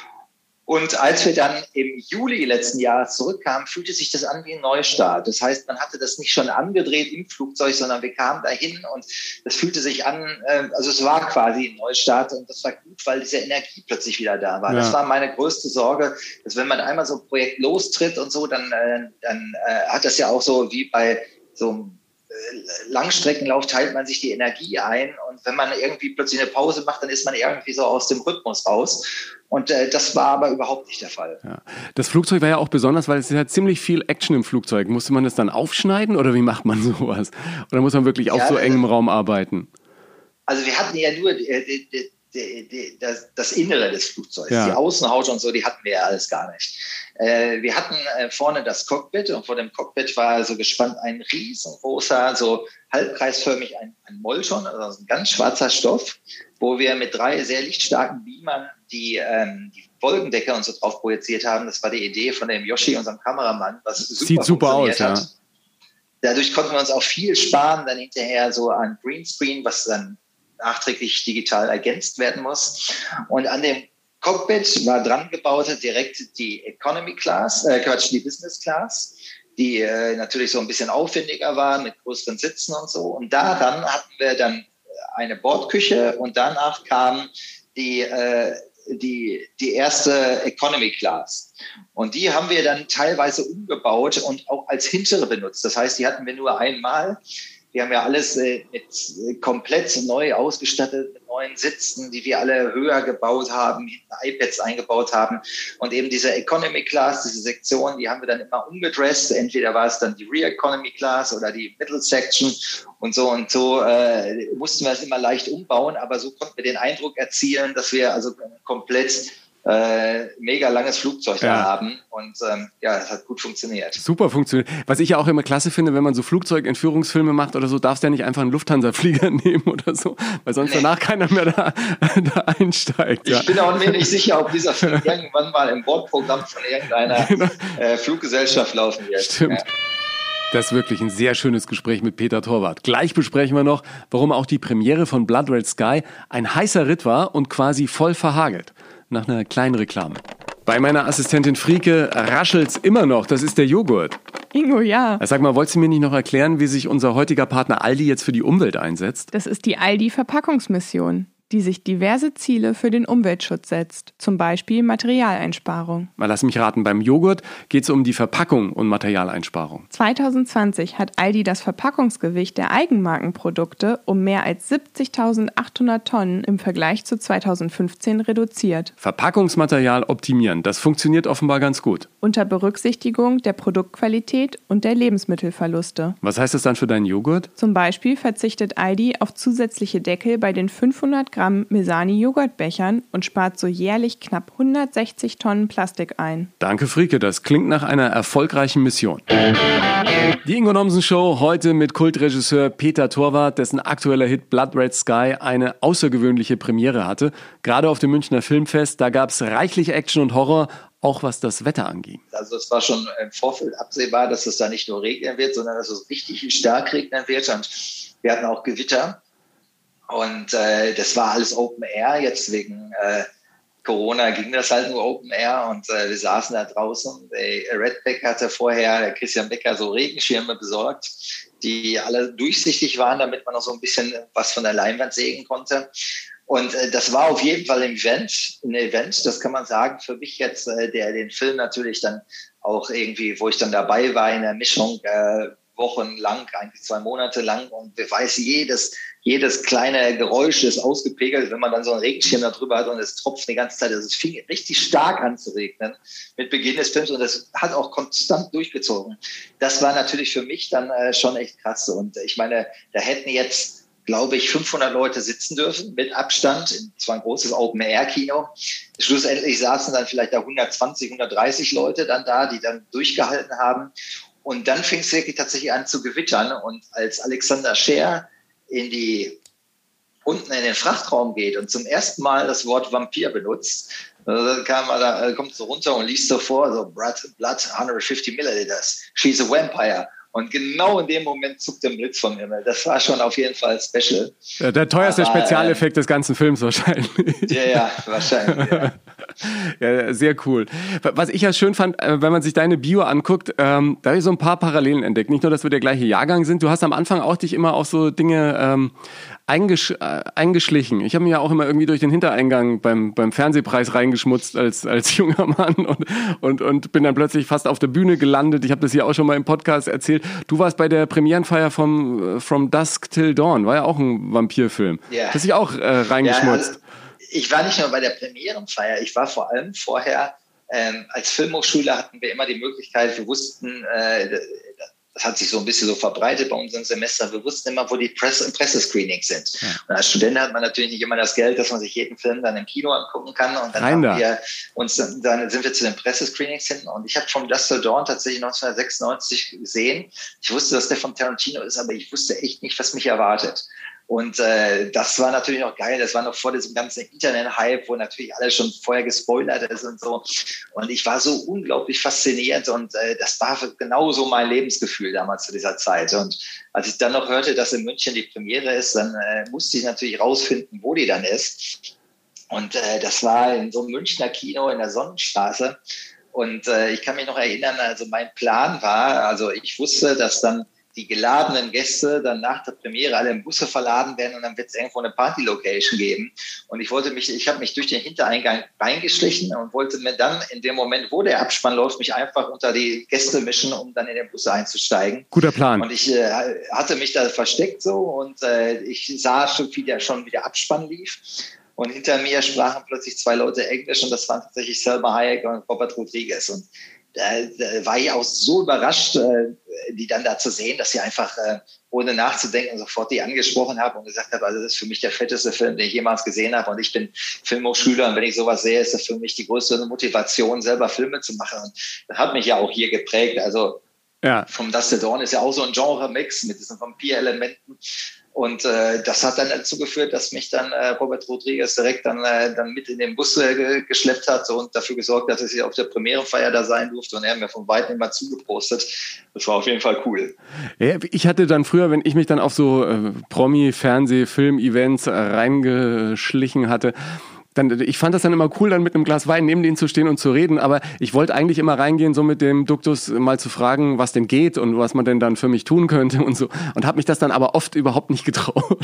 Und als wir dann im Juli letzten Jahres zurückkamen, fühlte sich das an wie ein Neustart. Das heißt, man hatte das nicht schon angedreht im Flugzeug, sondern wir kamen dahin und das fühlte sich an, äh, also es war quasi ein Neustart und das war gut, weil diese Energie plötzlich wieder da war. Ja. Das war meine größte Sorge, dass wenn man einmal so ein Projekt lostritt und so, dann, äh, dann äh, hat das ja auch so wie bei so einem Langstreckenlauf teilt man sich die Energie ein und wenn man irgendwie plötzlich eine Pause macht, dann ist man irgendwie so aus dem Rhythmus raus und äh, das war aber überhaupt nicht der Fall. Ja. Das Flugzeug war ja auch besonders, weil es ist ja ziemlich viel Action im Flugzeug. Musste man das dann aufschneiden oder wie macht man sowas? Oder muss man wirklich auf ja, so engem Raum arbeiten? Also wir hatten ja nur äh, die, die, die, die, das, das Innere des Flugzeugs, ja. Die Außenhaut und so, die hatten wir ja alles gar nicht. Äh, wir hatten äh, vorne das Cockpit und vor dem Cockpit war so gespannt ein riesengroßer, so halbkreisförmig ein, ein Molton, also ein ganz schwarzer Stoff, wo wir mit drei sehr lichtstarken Beamern die, ähm, die Wolkendecke und so drauf projiziert haben. Das war die Idee von dem Yoshi, unserem Kameramann, was super Sieht super aus, hat. Ja. Dadurch konnten wir uns auch viel sparen, dann hinterher so an Greenscreen, was dann nachträglich digital ergänzt werden muss. Und an dem Cockpit war dran gebaut direkt die Economy Class, äh, Quatsch, die Business Class, die äh, natürlich so ein bisschen aufwendiger war mit größeren Sitzen und so. Und daran hatten wir dann eine Bordküche und danach kam die, äh, die, die erste Economy Class. Und die haben wir dann teilweise umgebaut und auch als hintere benutzt. Das heißt, die hatten wir nur einmal. Wir haben ja alles äh, mit, äh, komplett neu ausgestattet, mit neuen Sitzen, die wir alle höher gebaut haben, hinten iPads eingebaut haben. Und eben diese Economy Class, diese Sektion, die haben wir dann immer umgedresst. Entweder war es dann die Rear Economy Class oder die Middle Section. Und so und so äh, mussten wir es immer leicht umbauen. Aber so konnten wir den Eindruck erzielen, dass wir also komplett Äh, mega langes Flugzeug ja. da haben und ähm, ja, es hat gut funktioniert. Super funktioniert. Was ich ja auch immer klasse finde, wenn man so Flugzeugentführungsfilme macht oder so, darfst du ja nicht einfach einen Lufthansa-Flieger nehmen oder so, weil sonst nee. danach keiner mehr da, da einsteigt. Ja. Ich bin auch mir nicht sicher, ob dieser Film irgendwann mal im Bordprogramm von irgendeiner genau. äh, Fluggesellschaft laufen wird. Stimmt. Ja. Das ist wirklich ein sehr schönes Gespräch mit Peter Torwart. Gleich besprechen wir noch, warum auch die Premiere von Blood Red Sky ein heißer Ritt war und quasi voll verhagelt. Nach einer kleinen Reklame. Bei meiner Assistentin Frieke raschelt's immer noch. Das ist der Joghurt. Ingo, ja. Sag mal, wolltest du mir nicht noch erklären, wie sich unser heutiger Partner Aldi jetzt für die Umwelt einsetzt? Das ist die Aldi-Verpackungsmission, die sich diverse Ziele für den Umweltschutz setzt, zum Beispiel Materialeinsparung. Mal lass mich raten, beim Joghurt geht es um die Verpackung und Materialeinsparung. zwanzig zwanzig hat Aldi das Verpackungsgewicht der Eigenmarkenprodukte um mehr als siebzigtausendachthundert Tonnen im Vergleich zu zweitausendfünfzehn reduziert. Verpackungsmaterial optimieren, das funktioniert offenbar ganz gut. Unter Berücksichtigung der Produktqualität und der Lebensmittelverluste. Was heißt das dann für deinen Joghurt? Zum Beispiel verzichtet Aldi auf zusätzliche Deckel bei den fünfhundert Gramm Mesani-Joghurtbechern und spart so jährlich knapp hundertsechzig Tonnen Plastik ein. Danke, Frieke, das klingt nach einer erfolgreichen Mission. Die Ingo Nomsen Show heute mit Kultregisseur Peter Torwart, dessen aktueller Hit Blood Red Sky eine außergewöhnliche Premiere hatte. Gerade auf dem Münchner Filmfest, da gab es reichlich Action und Horror, auch was das Wetter anging. Also es war schon im Vorfeld absehbar, dass es da nicht nur regnen wird, sondern dass es richtig stark regnen wird. Und wir hatten auch Gewitter. Und äh, das war alles Open Air. Jetzt wegen äh, Corona ging das halt nur Open Air. Und äh, wir saßen da draußen. Der Redback hatte vorher, der Christian Becker, so Regenschirme besorgt, die alle durchsichtig waren, damit man noch so ein bisschen was von der Leinwand sehen konnte. Und äh, das war auf jeden Fall ein Event, ein Event, das kann man sagen, für mich jetzt, äh, der den Film natürlich dann auch irgendwie, wo ich dann dabei war in der Mischung, äh, wochenlang, eigentlich zwei Monate lang, und wer weiß, jedes, jedes kleine Geräusch ist ausgepegelt, wenn man dann so einen Regenschirm da drüber hat und es tropft die ganze Zeit. Also es fing richtig stark an zu regnen mit Beginn des Films und das hat auch konstant durchgezogen. Das war natürlich für mich dann äh, schon echt krass. Und ich meine, da hätten jetzt, glaube ich, fünfhundert Leute sitzen dürfen mit Abstand. Es war ein großes Open-Air-Kino. Schlussendlich saßen dann vielleicht da hundertzwanzig, hundertdreißig Leute dann da, die dann durchgehalten haben. Und dann fing es wirklich tatsächlich an zu gewittern. Und als Alexander Scheer in die, unten in den Frachtraum geht und zum ersten Mal das Wort Vampir benutzt, dann kam er da, kommt so runter und liest so vor, so Blood, Blood hundertfünfzig Milliliters, she's a vampire. Und genau in dem Moment zuckt der Blitz vom Himmel. Das war schon auf jeden Fall special. Ja, der teuerste Aber, Spezialeffekt äh, des ganzen Films wahrscheinlich. Ja, ja, wahrscheinlich. Ja. Ja, sehr cool. Was ich ja schön fand, wenn man sich deine Bio anguckt, ähm, da habe ich so ein paar Parallelen entdeckt. Nicht nur, dass wir der gleiche Jahrgang sind. Du hast am Anfang auch dich immer auf so Dinge ähm, eingesch äh, eingeschlichen. Ich habe mich ja auch immer irgendwie durch den Hintereingang beim, beim Fernsehpreis reingeschmutzt als, als junger Mann und, und, und bin dann plötzlich fast auf der Bühne gelandet. Ich habe das hier auch schon mal im Podcast erzählt. Du warst bei der Premierenfeier vom From Dusk Till Dawn, war ja auch ein Vampirfilm. Yeah. Hast dich auch äh, reingeschmutzt. Ja, also ich war nicht nur bei der Premierenfeier, ich war vor allem vorher, ähm, als Filmhochschüler hatten wir immer die Möglichkeit, wir wussten, äh, das hat sich so ein bisschen so verbreitet bei unseren Semestern, wir wussten immer, wo die Presse, Pressescreenings sind. Ja. Und als Student hat man natürlich nicht immer das Geld, dass man sich jeden Film dann im Kino angucken kann. Und dann Rein haben da. wir uns, dann sind wir zu den Pressescreenings hin. Und ich habe From Dusk Till Dawn tatsächlich neunzehnhundertsechsundneunzig gesehen. Ich wusste, dass der von Tarantino ist, aber ich wusste echt nicht, was mich erwartet. Und äh, das war natürlich auch geil. Das war noch vor diesem ganzen Internet-Hype, wo natürlich alles schon vorher gespoilert ist und so. Und ich war so unglaublich fasziniert und äh, das war genau so mein Lebensgefühl damals zu dieser Zeit. Und als ich dann noch hörte, dass in München die Premiere ist, dann äh, musste ich natürlich rausfinden, wo die dann ist. Und äh, das war in so einem Münchner Kino in der Sonnenstraße. Und äh, ich kann mich noch erinnern, also mein Plan war, also ich wusste, dass dann die geladenen Gäste dann nach der Premiere alle in Busse verladen werden und dann wird es irgendwo eine Party-Location geben. Und ich wollte mich, ich habe mich durch den Hintereingang reingeschlichen und wollte mir dann in dem Moment, wo der Abspann läuft, mich einfach unter die Gäste mischen, um dann in den Bus einzusteigen. Guter Plan. Und ich äh, hatte mich da versteckt so und äh, ich sah schon, wie der, schon wie der Abspann lief. Und hinter mir sprachen plötzlich zwei Leute Englisch und das waren tatsächlich Salma Hayek und Robert Rodriguez. Und da, da war ich auch so überrascht, äh, die dann da zu sehen, dass sie einfach, äh, ohne nachzudenken, sofort die angesprochen habe und gesagt habe, also das ist für mich der fetteste Film, den ich jemals gesehen habe. Und ich bin Filmhochschüler und wenn ich sowas sehe, ist das für mich die größte Motivation, selber Filme zu machen. Und das hat mich ja auch hier geprägt. Also ja. From Dusk Till Dawn ist ja auch so ein Genre-Mix mit diesen Vampir-Elementen. Und äh, das hat dann dazu geführt, dass mich dann äh, Robert Rodriguez direkt dann, äh, dann mit in den Bus äh, ge- geschleppt hat und dafür gesorgt hat, dass ich auf der Premierefeier da sein durfte und er mir von Weitem immer zugepostet. Das war auf jeden Fall cool. Ja, ich hatte dann früher, wenn ich mich dann auf so äh, Promi-, Fernseh-, Film-Events äh, reingeschlichen hatte, Dann, ich fand das dann immer cool, dann mit einem Glas Wein neben denen zu stehen und zu reden, aber ich wollte eigentlich immer reingehen, so mit dem Duktus mal zu fragen, was denn geht und was man denn dann für mich tun könnte und so, und habe mich das dann aber oft überhaupt nicht getraut.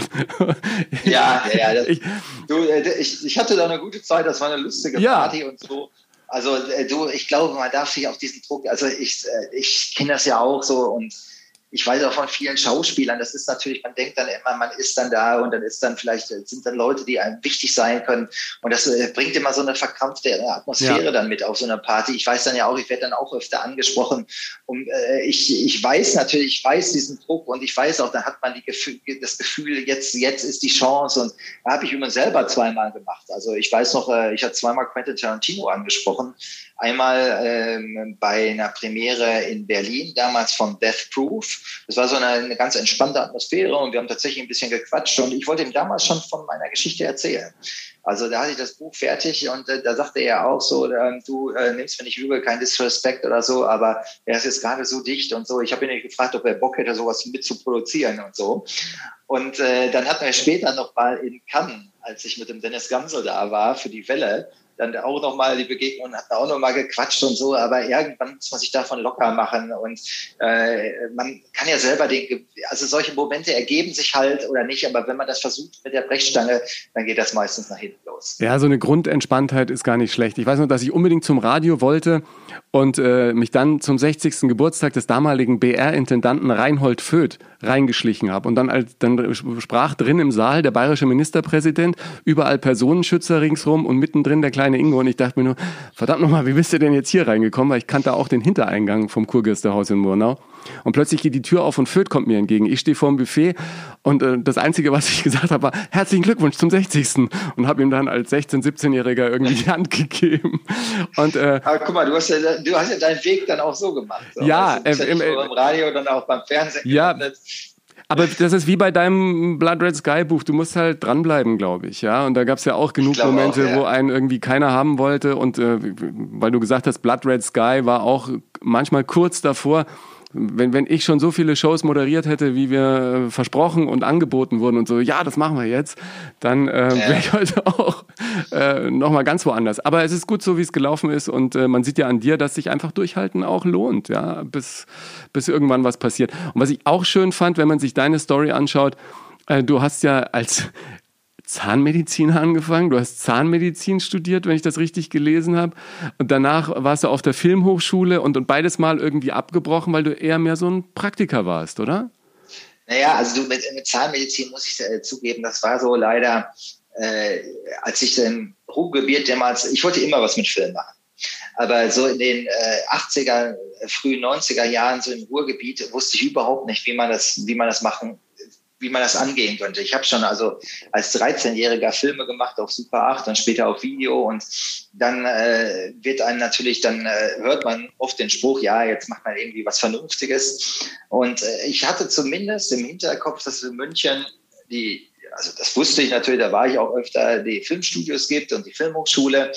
Ja, ja, ja. Das, ich, du, ich, ich hatte da eine gute Zeit, das war eine lustige ja. Party und so. Also du, ich glaube, man darf sich auf diesen Druck, also ich, ich kenne das ja auch so und ich weiß auch von vielen Schauspielern, das ist natürlich, man denkt dann immer, man ist dann da und dann ist dann vielleicht, sind dann Leute, die einem wichtig sein können und das äh, bringt immer so eine verkrampfte Atmosphäre ja. dann mit auf so einer Party. Ich weiß dann ja auch, ich werde dann auch öfter angesprochen und äh, ich, ich weiß natürlich, ich weiß diesen Druck und ich weiß auch, da hat man die Gefühl, das Gefühl, jetzt, jetzt ist die Chance und da habe ich immer selber zweimal gemacht. Also ich weiß noch, äh, ich habe zweimal Quentin Tarantino angesprochen. Einmal ähm, bei einer Premiere in Berlin, damals von Death Proof. Das war so eine, eine ganz entspannte Atmosphäre und wir haben tatsächlich ein bisschen gequatscht und ich wollte ihm damals schon von meiner Geschichte erzählen. Also da hatte ich das Buch fertig und äh, da sagte er auch so, äh, du äh, nimmst mir nicht übel, kein Disrespect oder so, aber er ist jetzt gerade so dicht und so. Ich habe ihn nicht gefragt, ob er Bock hätte, sowas mit zu produzieren und so. Und äh, dann hatten wir später noch mal in Cannes, als ich mit dem Dennis Gansel da war für die Welle, dann auch noch mal die Begegnung und hatten auch noch mal gequatscht und so, aber irgendwann muss man sich davon locker machen und äh, man kann ja selber den, also solche Momente ergeben sich halt oder nicht, aber wenn man das versucht mit der Brechstange, dann geht das meistens nach hinten los. Ja, so eine Grundentspanntheit ist gar nicht schlecht. Ich weiß noch, dass ich unbedingt zum Radio wollte und äh, mich dann zum sechzigsten Geburtstag des damaligen B R-Intendanten Reinhold Voeth reingeschlichen habe und dann, als, dann sprach drin im Saal der bayerische Ministerpräsident, überall Personenschützer ringsrum und mittendrin der kleine Ingo und ich dachte mir nur, verdammt nochmal, wie bist du denn jetzt hier reingekommen? Weil ich kannte auch den Hintereingang vom Kurgästehaus in Murnau. Und plötzlich geht die Tür auf und Voeth kommt mir entgegen. Ich stehe vor dem Buffet und äh, das Einzige, was ich gesagt habe, war herzlichen Glückwunsch zum sechzigsten und habe ihm dann als sechzehn-, siebzehnjähriger irgendwie die Hand gegeben. Und, äh, Aber guck mal, du hast, ja, du hast ja deinen Weg dann auch so gemacht. So. Ja. Du bist ja äh, nicht äh, nur im Radio, dann auch beim Fernsehen. Ja. Gelandet. Aber das ist wie bei deinem Blood Red Sky Buch, du musst halt dranbleiben, glaube ich, ja. Und da gab es ja auch genug Momente, auch, ja. wo einen irgendwie keiner haben wollte und äh, weil du gesagt hast, Blood Red Sky war auch manchmal kurz davor. Wenn, wenn ich schon so viele Shows moderiert hätte, wie wir äh, versprochen und angeboten wurden und so, ja, das machen wir jetzt, dann äh, ja. wäre ich heute auch äh, nochmal ganz woanders. Aber es ist gut so, wie es gelaufen ist und äh, man sieht ja an dir, dass sich einfach durchhalten auch lohnt, ja, bis, bis irgendwann was passiert. Und was ich auch schön fand, wenn man sich deine Story anschaut, äh, du hast ja als Zahnmediziner angefangen, du hast Zahnmedizin studiert, wenn ich das richtig gelesen habe. Und danach warst du auf der Filmhochschule und, und beides mal irgendwie abgebrochen, weil du eher mehr so ein Praktiker warst, oder? Naja, also du, mit, mit Zahnmedizin muss ich äh, zugeben, das war so leider, äh, als ich im Ruhrgebiet damals, ich wollte immer was mit Film machen. Aber so in den äh, achtziger, frühen neunziger Jahren, so im Ruhrgebiet, wusste ich überhaupt nicht, wie man das, wie man das machen wie man das angehen könnte. Ich habe schon also als dreizehnjähriger Filme gemacht auf Super acht, dann später auf Video und dann äh, wird einem natürlich, dann äh, hört man oft den Spruch, ja, jetzt macht man irgendwie was Vernünftiges. Und äh, ich hatte zumindest im Hinterkopf, dass in München die, also das wusste ich natürlich, da war ich auch öfter, die Filmstudios gibt und die Filmhochschule.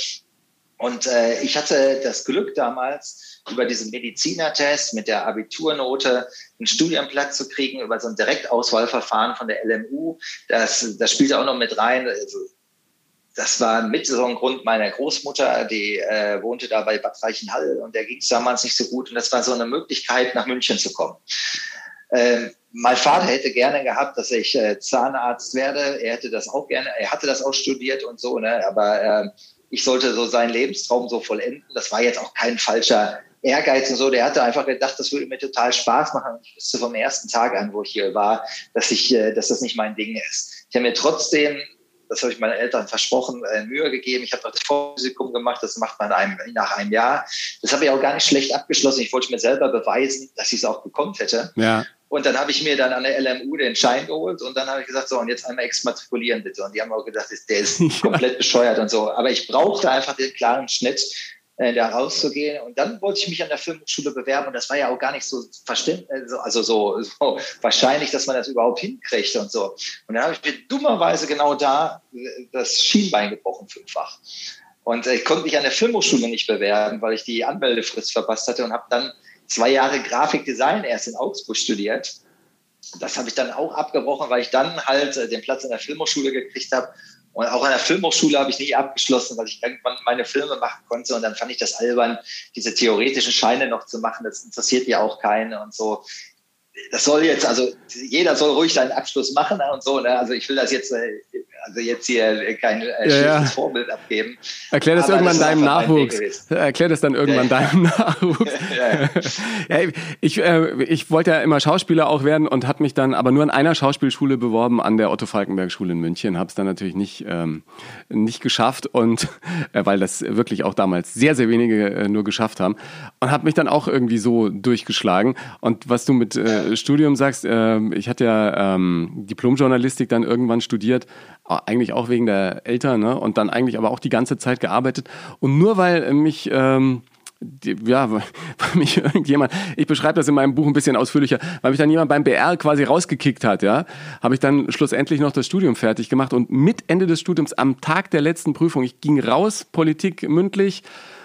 Und äh, ich hatte das Glück damals, über diesen Medizinertest mit der Abiturnote einen Studienplatz zu kriegen, über so ein Direktauswahlverfahren von der L M U. Das, das spielte auch noch mit rein. Also, das war mit so ein Grund meiner Großmutter, die äh, wohnte da bei Bad Reichenhall und der ging es damals nicht so gut. Und das war so eine Möglichkeit, nach München zu kommen. Ähm, mein Vater hätte gerne gehabt, dass ich äh, Zahnarzt werde. Er hätte das auch gerne, er hatte das auch studiert und so, ne? Aber äh, ich sollte so seinen Lebenstraum so vollenden. Das war jetzt auch kein falscher Ehrgeiz und so. Der hatte einfach gedacht, das würde mir total Spaß machen. Ich wusste vom ersten Tag an, wo ich hier war, dass ich, äh, dass das nicht mein Ding ist. Ich habe mir trotzdem, das habe ich meinen Eltern versprochen, äh, Mühe gegeben. Ich habe noch das Vorphysikum gemacht, das macht man einem, nach einem Jahr. Das habe ich auch gar nicht schlecht abgeschlossen. Ich wollte mir selber beweisen, dass ich es auch bekommen hätte. Ja. Und dann habe ich mir dann an der L M U den Schein geholt und dann habe ich gesagt, so, und jetzt einmal exmatrikulieren bitte. Und die haben auch gedacht, der ist ja. komplett bescheuert und so. Aber ich brauchte einfach den klaren Schnitt, äh, da rauszugehen. Und dann wollte ich mich an der Filmhochschule bewerben und das war ja auch gar nicht so verständlich, also so, so wahrscheinlich, dass man das überhaupt hinkriegt und so. Und dann habe ich mir dummerweise genau da das Schienbein gebrochen, fünffach. Und ich konnte mich an der Filmhochschule nicht bewerben, weil ich die Anmeldefrist verpasst hatte und habe dann zwei Jahre Grafikdesign erst in Augsburg studiert. Das habe ich dann auch abgebrochen, weil ich dann halt den Platz in der Filmhochschule gekriegt habe. Und auch an der Filmhochschule habe ich nie abgeschlossen, weil ich irgendwann meine Filme machen konnte. Und dann fand ich das albern, diese theoretischen Scheine noch zu machen. Das interessiert ja auch keinen und so. Das soll jetzt, also jeder soll ruhig seinen Abschluss machen und so. Ne? Also ich will das jetzt, also jetzt hier kein äh, schlechtes ja, ja. Vorbild abgeben. Erklär das aber irgendwann das deinem Nachwuchs. Erklär das dann irgendwann ja, ja. deinem Nachwuchs. Ja, ja. ja, ich äh, ich wollte ja immer Schauspieler auch werden und habe mich dann aber nur an einer Schauspielschule beworben, an der Otto-Falckenberg-Schule in München. Habe es dann natürlich nicht ähm, nicht geschafft und äh, weil das wirklich auch damals sehr, sehr wenige äh, nur geschafft haben. Und habe mich dann auch irgendwie so durchgeschlagen. Und was du mit äh, Studium sagst, äh, ich hatte ja ähm, Diplomjournalistik dann irgendwann studiert, eigentlich auch wegen der Eltern, ne? Und dann eigentlich aber auch die ganze Zeit gearbeitet. Und nur weil mich, ähm, die, ja, weil mich irgendjemand, ich beschreibe das in meinem Buch ein bisschen ausführlicher, weil mich dann jemand beim B R quasi rausgekickt hat, ja, habe ich dann schlussendlich noch das Studium fertig gemacht und mit Ende des Studiums am Tag der letzten Prüfung, ich ging raus, Politik mündlich,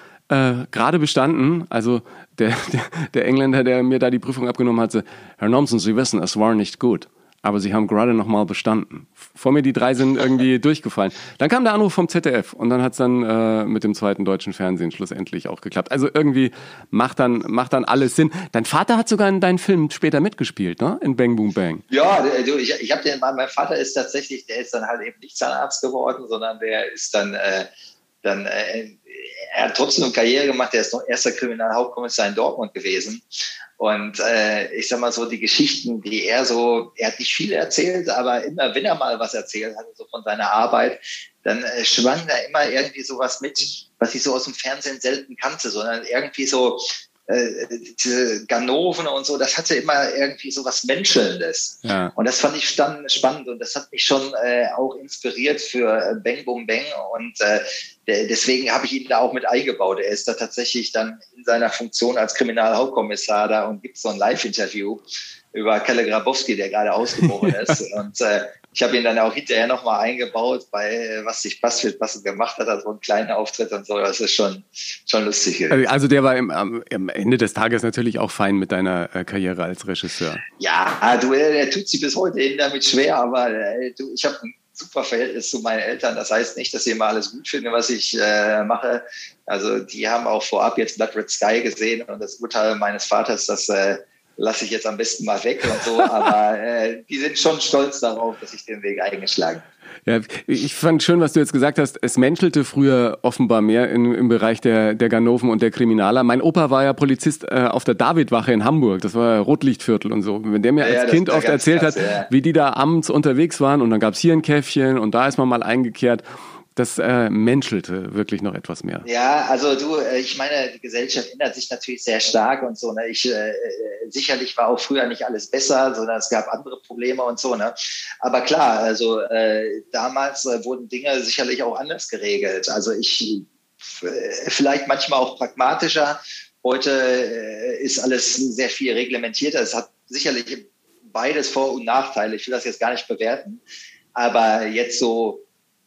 Äh, gerade bestanden, also der, der, der Engländer, der mir da die Prüfung abgenommen hatte, Herr Nomsen, Sie wissen, es war nicht gut, aber Sie haben gerade noch mal bestanden. Vor mir die drei sind irgendwie durchgefallen. Dann kam der Anruf vom Z D F und dann hat es dann äh, mit dem zweiten deutschen Fernsehen schlussendlich auch geklappt. Also irgendwie macht dann, macht dann alles Sinn. Dein Vater hat sogar in deinen Film später mitgespielt, ne? In Bang Boom Bang. Ja, du, ich, ich habe den, mein Vater ist tatsächlich, der ist dann halt eben nicht Zahnarzt geworden, sondern der ist dann, äh, dann äh, er hat trotzdem Karriere gemacht, er ist noch erster Kriminalhauptkommissar in Dortmund gewesen. Und äh, ich sag mal so, die Geschichten, die er so, er hat nicht viel erzählt, aber immer, wenn er mal was erzählt hat, so von seiner Arbeit, dann äh, schwang da immer irgendwie sowas mit, was ich so aus dem Fernsehen selten kannte, sondern irgendwie so äh, diese Ganoven und so, das hatte immer irgendwie so was Menschelndes. Ja. Und das fand ich dann spannend und das hat mich schon äh, auch inspiriert für äh, Bang Boom Bang und äh, deswegen habe ich ihn da auch mit eingebaut. Er ist da tatsächlich dann in seiner Funktion als Kriminalhauptkommissar da und gibt so ein Live-Interview über Kalle Grabowski, der gerade ausgeboren ist. Und äh, ich habe ihn dann auch hinterher nochmal eingebaut, bei was sich Bassfield passend gemacht hat, also einen kleinen Auftritt und so. Das ist schon, schon lustig. Also der war im, am Ende des Tages natürlich auch fein mit deiner äh, Karriere als Regisseur. Ja, du, er tut sich bis heute eben damit schwer, aber äh, du, ich habe ein super Verhältnis zu meinen Eltern. Das heißt nicht, dass sie immer alles gut finden, was ich äh, mache. Also die haben auch vorab jetzt Blood Red Sky gesehen und das Urteil meines Vaters, das äh, lasse ich jetzt am besten mal weg und so. Aber äh, die sind schon stolz darauf, dass ich den Weg eingeschlagen habe. Ja, ich fand schön, was du jetzt gesagt hast. Es menschelte früher offenbar mehr in, im Bereich der, der Ganoven und der Kriminaler. Mein Opa war ja Polizist äh, auf der Davidwache in Hamburg. Das war Rotlichtviertel und so. Wenn der mir ja, als ja, Kind oft erzählt krass, hat, ja. wie die da abends unterwegs waren und dann gab's hier ein Käffchen und da ist man mal eingekehrt. Das äh, menschelte wirklich noch etwas mehr. Ja, also du, ich meine, die Gesellschaft ändert sich natürlich sehr stark und so. Ne? Ich, äh, sicherlich war auch früher nicht alles besser, sondern es gab andere Probleme und so. Ne? Aber klar, also äh, damals äh, wurden Dinge sicherlich auch anders geregelt. Also ich, äh, vielleicht manchmal auch pragmatischer. Heute äh, ist alles sehr viel reglementierter. Es hat sicherlich beides Vor- und Nachteile. Ich will das jetzt gar nicht bewerten. Aber jetzt so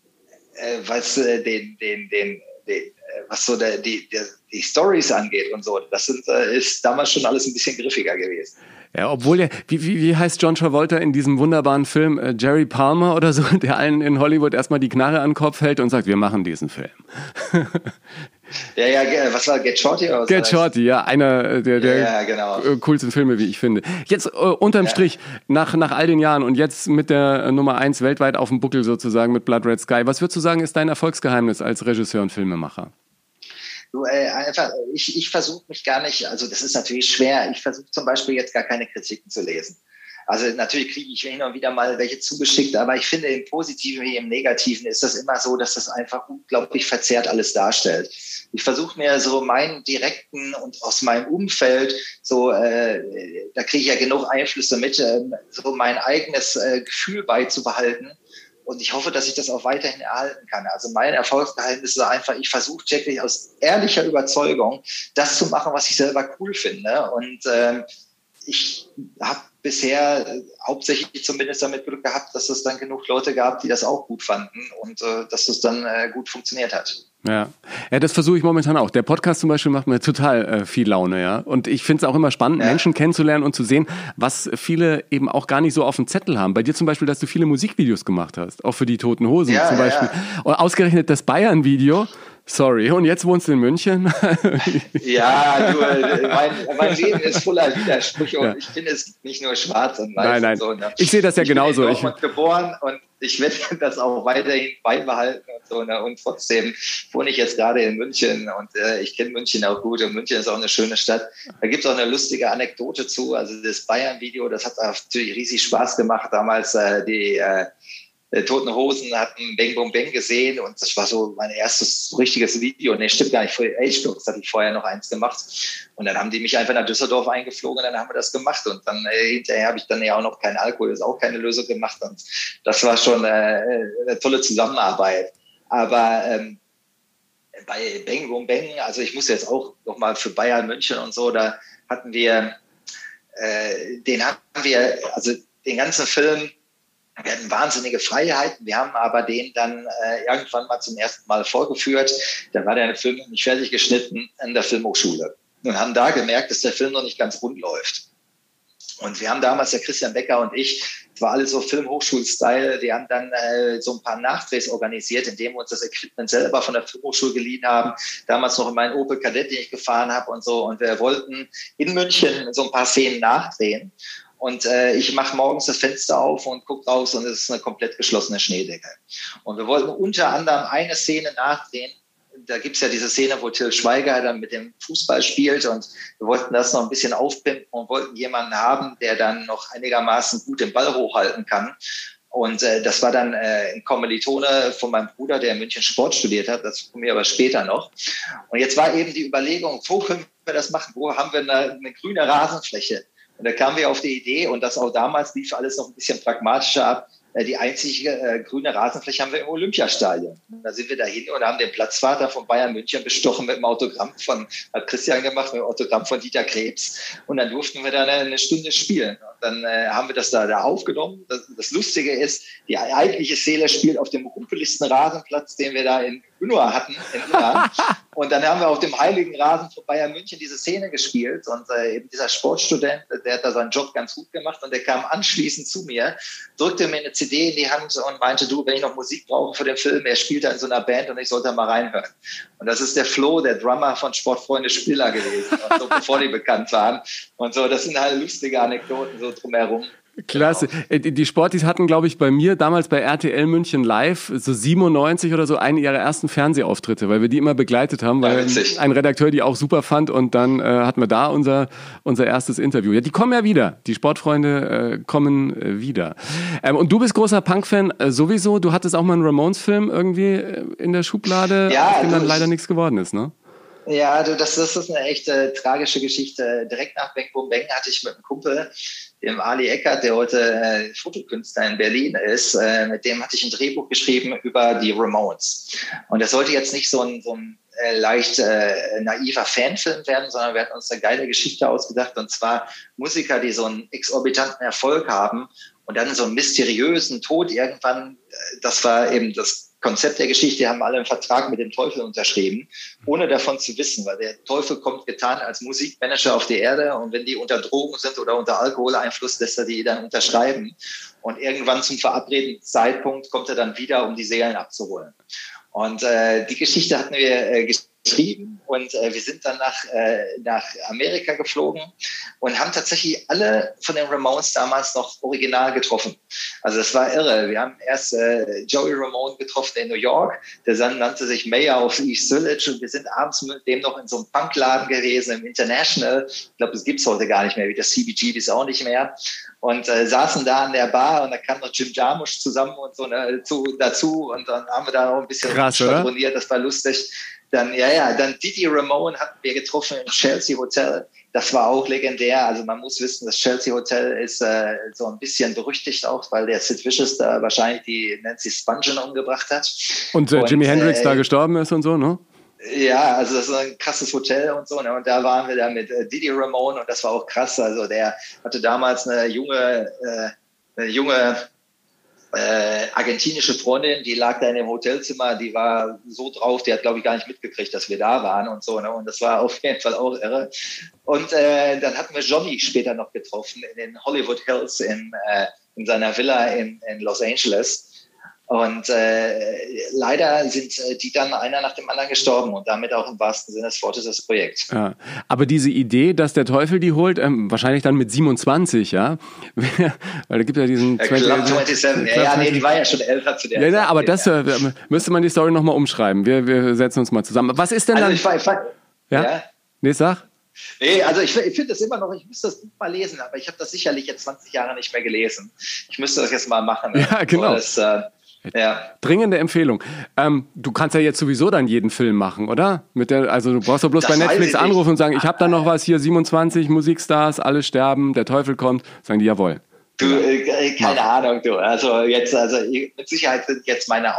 was den, den, den, den, was so der, die, die, die Stories angeht und so, das sind, ist damals schon alles ein bisschen griffiger gewesen. Ja, obwohl der, wie, wie, wie heißt John Travolta in diesem wunderbaren Film, äh, Jerry Palmer oder so, der allen in Hollywood erstmal die Knarre an den Kopf hält und sagt, wir machen diesen Film. Ja, ja, was war Get Shorty? Oder was Get Shorty, ja, einer der, der ja, genau. coolsten Filme, wie ich finde. Jetzt äh, unterm ja. Strich, nach, nach all den Jahren und jetzt mit der Nummer eins weltweit auf dem Buckel sozusagen mit Blood Red Sky, was würdest du sagen, ist dein Erfolgsgeheimnis als Regisseur und Filmemacher? Du, äh, einfach, ich, ich versuche mich gar nicht, also das ist natürlich schwer, ich versuche zum Beispiel jetzt gar keine Kritiken zu lesen. Also natürlich kriege ich hin und wieder mal welche zugeschickt, aber ich finde, im Positiven wie im Negativen ist das immer so, dass das einfach unglaublich verzerrt alles darstellt. Ich versuche mir so meinen direkten und aus meinem Umfeld, so äh, da kriege ich ja genug Einflüsse mit, äh, so mein eigenes äh, Gefühl beizubehalten. Und ich hoffe, dass ich das auch weiterhin erhalten kann. Also mein Erfolgsgeheimnis ist einfach, ich versuche wirklich aus ehrlicher Überzeugung das zu machen, was ich selber cool finde. Und ähm, ich habe bisher äh, hauptsächlich zumindest damit Glück gehabt, dass es dann genug Leute gab, die das auch gut fanden und äh, dass es dann äh, gut funktioniert hat. Ja, ja, das versuche ich momentan auch. Der Podcast zum Beispiel macht mir total äh, viel Laune, ja. Und ich finde es auch immer spannend, ja. Menschen kennenzulernen und zu sehen, was viele eben auch gar nicht so auf dem Zettel haben. Bei dir zum Beispiel, dass du viele Musikvideos gemacht hast, auch für die Toten Hosen ja, zum ja, Beispiel. Ja. Und ausgerechnet das Bayern-Video. Sorry, und jetzt wohnst du in München? Ja, du, mein, mein Leben ist voller Widersprüche und ja. ich finde es nicht nur schwarz und weiß. Nein, nein, und so. Ne? Ich sehe das ja ich genauso. Ich bin in Dortmund geboren und ich werde das auch weiterhin beibehalten und so. Ne? Und trotzdem wohne ich jetzt gerade in München und äh, ich kenne München auch gut und München ist auch eine schöne Stadt. Da gibt es auch eine lustige Anekdote zu. Also das Bayern-Video, das hat natürlich riesig Spaß gemacht. Damals äh, die äh, Toten Hosen hatten Bang Boom Bang gesehen und das war so mein erstes richtiges Video. Nee, stimmt gar nicht. Für H-Blocks hatte ich vorher noch eins gemacht. Und dann haben die mich einfach nach Düsseldorf eingeflogen und dann haben wir das gemacht. Und dann äh, hinterher habe ich dann ja auch noch keinen Alkohol, ist auch keine Lösung gemacht. Und das war schon äh, eine tolle Zusammenarbeit. Aber ähm, bei Bang Boom Bang, also ich muss jetzt auch nochmal für Bayern München und so, da hatten wir, äh, den hatten wir, also den ganzen Film, wir hatten wahnsinnige Freiheiten. Wir haben aber den dann äh, irgendwann mal zum ersten Mal vorgeführt. Da war der Film nicht fertig geschnitten an der Filmhochschule. Und haben da gemerkt, dass der Film noch nicht ganz rund läuft. Und wir haben damals, der Christian Becker und ich, es war alles so Filmhochschul-Style, die haben dann äh, so ein paar Nachdrehs organisiert, indem wir uns das Equipment selber von der Filmhochschule geliehen haben. Damals noch in meinen Opel Kadett, den ich gefahren habe und so. Und wir wollten in München so ein paar Szenen nachdrehen. Und äh, ich mache morgens das Fenster auf und gucke raus und es ist eine komplett geschlossene Schneedecke. Und wir wollten unter anderem eine Szene nachdrehen. Da gibt's ja diese Szene, wo Til Schweiger dann mit dem Fußball spielt und wir wollten das noch ein bisschen aufpimpen und wollten jemanden haben, der dann noch einigermaßen gut den Ball hochhalten kann. Und äh, das war dann äh, ein Kommilitone von meinem Bruder, der in München Sport studiert hat. Das kommen wir aber später noch. Und jetzt war eben die Überlegung, wo können wir das machen? Wo haben wir eine, eine grüne Rasenfläche? Und da kamen wir auf die Idee, und das auch damals lief alles noch ein bisschen pragmatischer ab, die einzige äh, grüne Rasenfläche haben wir im Olympiastadion. Da sind wir dahin und haben den Platzvater von Bayern München bestochen mit dem Autogramm von, hat Christian gemacht, mit dem Autogramm von Dieter Krebs. Und dann durften wir da eine, eine Stunde spielen. Und dann äh, haben wir das da, da aufgenommen. Das, das Lustige ist, die eigentliche Szene spielt auf dem rumpeligsten Rasenplatz, den wir da in Unua hatten, in Ungarn. Und dann haben wir auf dem heiligen Rasen von Bayern München diese Szene gespielt. Und äh, eben dieser Sportstudent, der hat da seinen Job ganz gut gemacht. Und der kam anschließend zu mir, drückte mir eine C D in die Hand und meinte, du, wenn ich noch Musik brauche für den Film, er spielt da in so einer Band und ich sollte mal reinhören. Und das ist der Flo, der Drummer von Sportfreunde Spiller gewesen, und so, bevor die bekannt waren. Und so, das sind halt lustige Anekdoten so drumherum. Klasse. Genau. Die Sportis hatten, glaube ich, bei mir damals bei R T L München Live so siebenundneunzig oder so einen ihrer ersten Fernsehauftritte, weil wir die immer begleitet haben, weil ja, ein Redakteur die auch super fand und dann äh, hatten wir da unser unser erstes Interview. Ja, die kommen ja wieder. Die Sportfreunde äh, kommen äh, wieder. Ähm, und du bist großer Punk-Fan äh, sowieso. Du hattest auch mal einen Ramones-Film irgendwie in der Schublade, ja, aus dem dann leider nichts geworden ist, ne? Ja, du, das, das ist eine echt äh, tragische Geschichte. Direkt nach Bang Boom Bang hatte ich mit einem Kumpel, dem Ali Eckert, der heute äh, Fotokünstler in Berlin ist, äh, mit dem hatte ich ein Drehbuch geschrieben über die Ramones. Und das sollte jetzt nicht so ein, so ein äh, leicht äh, naiver Fanfilm werden, sondern wir hatten uns eine geile Geschichte ausgedacht. Und zwar Musiker, die so einen exorbitanten Erfolg haben und dann so einen mysteriösen Tod irgendwann, äh, das war eben das Konzept der Geschichte, haben alle einen Vertrag mit dem Teufel unterschrieben, ohne davon zu wissen, weil der Teufel kommt getan als Musikmanager auf die Erde und wenn die unter Drogen sind oder unter Alkoholeinfluss, lässt er die dann unterschreiben und irgendwann zum verabredeten Zeitpunkt kommt er dann wieder, um die Seelen abzuholen. Und äh, die Geschichte hatten wir äh, geschrieben und äh, wir sind dann nach, äh, nach Amerika geflogen und haben tatsächlich alle von den Ramones damals noch original getroffen. Also das war irre. Wir haben erst äh, Joey Ramone getroffen in New York, der dann nannte sich Mayor of East Village und wir sind abends mit dem noch in so einem Punkladen gewesen, im International. Ich glaube, das gibt's heute gar nicht mehr, wie das C B G B ist auch nicht mehr. Und äh, saßen da an der Bar und da kam noch Jim Jarmusch zusammen und so ne, zu, dazu und dann haben wir da noch ein bisschen schwadroniert, das war lustig. Dann, ja, ja, dann Didi Ramone hatten wir getroffen im Chelsea Hotel. Das war auch legendär. Also man muss wissen, das Chelsea Hotel ist äh, so ein bisschen berüchtigt auch, weil der Sid Vicious da wahrscheinlich die Nancy Spungen umgebracht hat. Und, äh, und Jimi Hendrix äh, da gestorben ist und so, ne? Ja, also das ist ein krasses Hotel und so, ne? Und da waren wir da mit äh, Didi Ramone und das war auch krass. Also der hatte damals eine junge, äh, eine junge äh, argentinische Freundin, die lag da in dem Hotelzimmer, die war so drauf, die hat, glaube ich, gar nicht mitgekriegt, dass wir da waren und so, ne? Und das war auf jeden Fall auch irre. Und äh, dann hatten wir Johnny später noch getroffen in den Hollywood Hills in, äh, in seiner Villa in, in Los Angeles. Und äh, leider sind äh, die dann einer nach dem anderen gestorben und damit auch im wahrsten Sinne des Wortes das Projekt. Ja, aber diese Idee, dass der Teufel die holt, ähm, wahrscheinlich dann mit siebenundzwanzig, ja? Weil da gibt ja diesen... Äh, Club siebenundzwanzig, ja, ja, nee, die war ja schon älter zu der ja, Zeit. Ja, aber das äh, müsste man die Story nochmal umschreiben. Wir, wir setzen uns mal zusammen. Was ist denn also dann... Ich, ich, ja? ja? Nee, sag. Nee, also ich, ich finde das immer noch, ich müsste das Buch mal lesen, aber ich habe das sicherlich jetzt zwanzig Jahre nicht mehr gelesen. Ich müsste das jetzt mal machen. Ne? Ja, genau. Das, äh, Ja. Dringende Empfehlung. Ähm, du kannst ja jetzt sowieso dann jeden Film machen, oder? Mit der, also du brauchst doch bloß das bei Netflix anrufen und sagen, ich habe da noch was, hier siebenundzwanzig Musikstars, alle sterben, der Teufel kommt. Sagen die, jawohl. Du, äh, keine Mach. Ahnung, du. Also jetzt, also mit Sicherheit sind jetzt meine,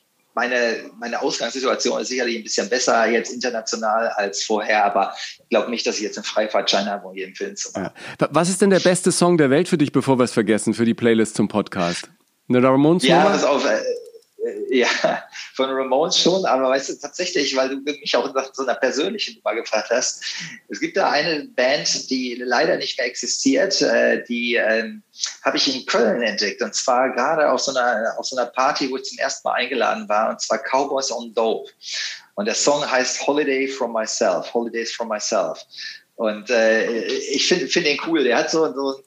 meine, meine Ausgangssituation ist sicherlich ein bisschen besser jetzt international als vorher, aber ich glaube nicht, dass ich jetzt einen Freifahrtschein habe, um jeden Film zu machen. Ja. Was ist denn der beste Song der Welt für dich, bevor wir es vergessen, für die Playlist zum Podcast? Eine Ramones Ja, Nummer? pass auf, äh, äh, ja, von Ramones schon, aber weißt du, tatsächlich, weil du mich auch nach so einer persönlichen Nummer gefragt hast, es gibt da eine Band, die leider nicht mehr existiert, äh, die äh, habe ich in Köln entdeckt und zwar gerade auf so einer auf so einer Party, wo ich zum ersten Mal eingeladen war, und zwar Cowboys on Dope. Und der Song heißt Holiday from Myself, Holidays from Myself. Und äh, ich finde find den cool, der hat so, so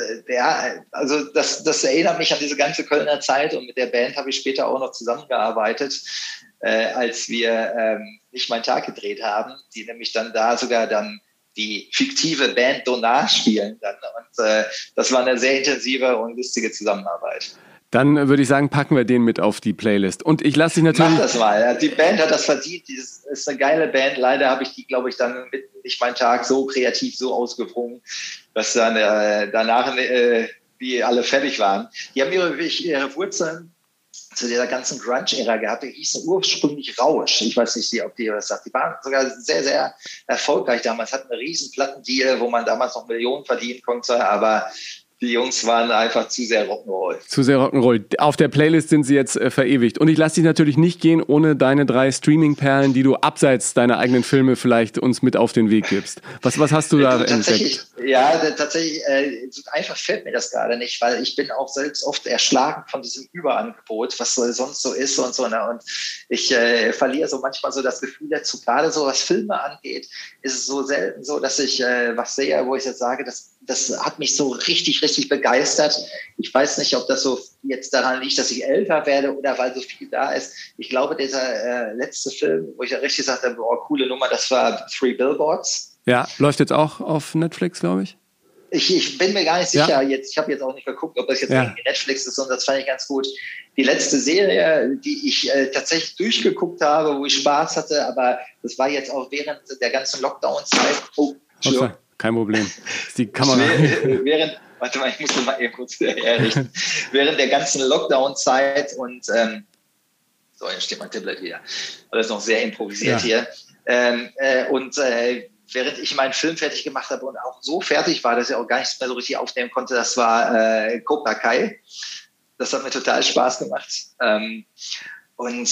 Der, also das, das erinnert mich an diese ganze Kölner Zeit und mit der Band habe ich später auch noch zusammengearbeitet, äh, als wir ähm, Nicht mein Tag gedreht haben, die nämlich dann da sogar dann die fiktive Band Donar spielen. Dann. Und äh, das war eine sehr intensive und lustige Zusammenarbeit. Dann würde ich sagen, packen wir den mit auf die Playlist. Und ich lasse dich natürlich... Mach das mal. Die Band hat das verdient. Die ist, ist eine geile Band. Leider habe ich die, glaube ich, dann mit Nicht mein Tag so kreativ, so ausgewrungen, dass dann äh, danach äh, wie alle fertig waren. Die haben ihre, ihre Wurzeln zu dieser ganzen Grunge-Ära gehabt. Die hießen ursprünglich Rausch. Ich weiß nicht, ob die was sagt. Die waren sogar sehr, sehr erfolgreich damals. Hatten einen riesen Plattendeal, wo man damals noch Millionen verdienen konnte, aber die Jungs waren einfach zu sehr Rock'n'Roll. Zu sehr Rock'n'Roll. Auf der Playlist sind sie jetzt äh, verewigt. Und ich lasse dich natürlich nicht gehen ohne deine drei Streaming-Perlen, die du abseits deiner eigenen Filme vielleicht uns mit auf den Weg gibst. Was, was hast du da du, entdeckt? Ja, tatsächlich, äh, einfach fällt mir das gerade nicht, weil ich bin auch selbst oft erschlagen von diesem Überangebot, was so, sonst so ist und so. Ne? Und ich äh, verliere so manchmal so das Gefühl dazu, gerade so was Filme angeht, ist es so selten so, dass ich äh, was sehe, wo ich jetzt sage, das Das hat mich so richtig, richtig begeistert. Ich weiß nicht, ob das so jetzt daran liegt, dass ich älter werde oder weil so viel da ist. Ich glaube, dieser äh, letzte Film, wo ich ja richtig sagte, boah, coole Nummer, das war Three Billboards. Ja, läuft jetzt auch auf Netflix, glaube ich. Ich, ich bin mir gar nicht sicher. Ja. Jetzt, ich habe jetzt auch nicht geguckt, ob das jetzt ja. irgendwie Netflix ist, und das fand ich ganz gut. Die letzte Serie, die ich äh, tatsächlich durchgeguckt habe, wo ich Spaß hatte, aber das war jetzt auch während der ganzen Lockdown-Zeit. Oh, okay. Kein Problem. Ist die Kamera. während, warte mal, ich muss das mal eben kurz herrichten. Während der ganzen Lockdown-Zeit und ähm, so, jetzt steht mein Tablet wieder. Alles noch sehr improvisiert ja. hier. Ähm, äh, und äh, während ich meinen Film fertig gemacht habe und auch so fertig war, dass ich auch gar nichts mehr so richtig aufnehmen konnte, das war äh, Cobra Kai. Das hat mir total Spaß gemacht. Ähm, und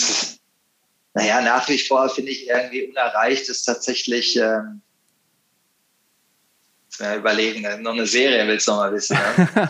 naja, nach wie vor finde ich irgendwie unerreicht, ist tatsächlich ähm, Ja, überlegen, noch eine Serie willst du noch mal wissen. Ne?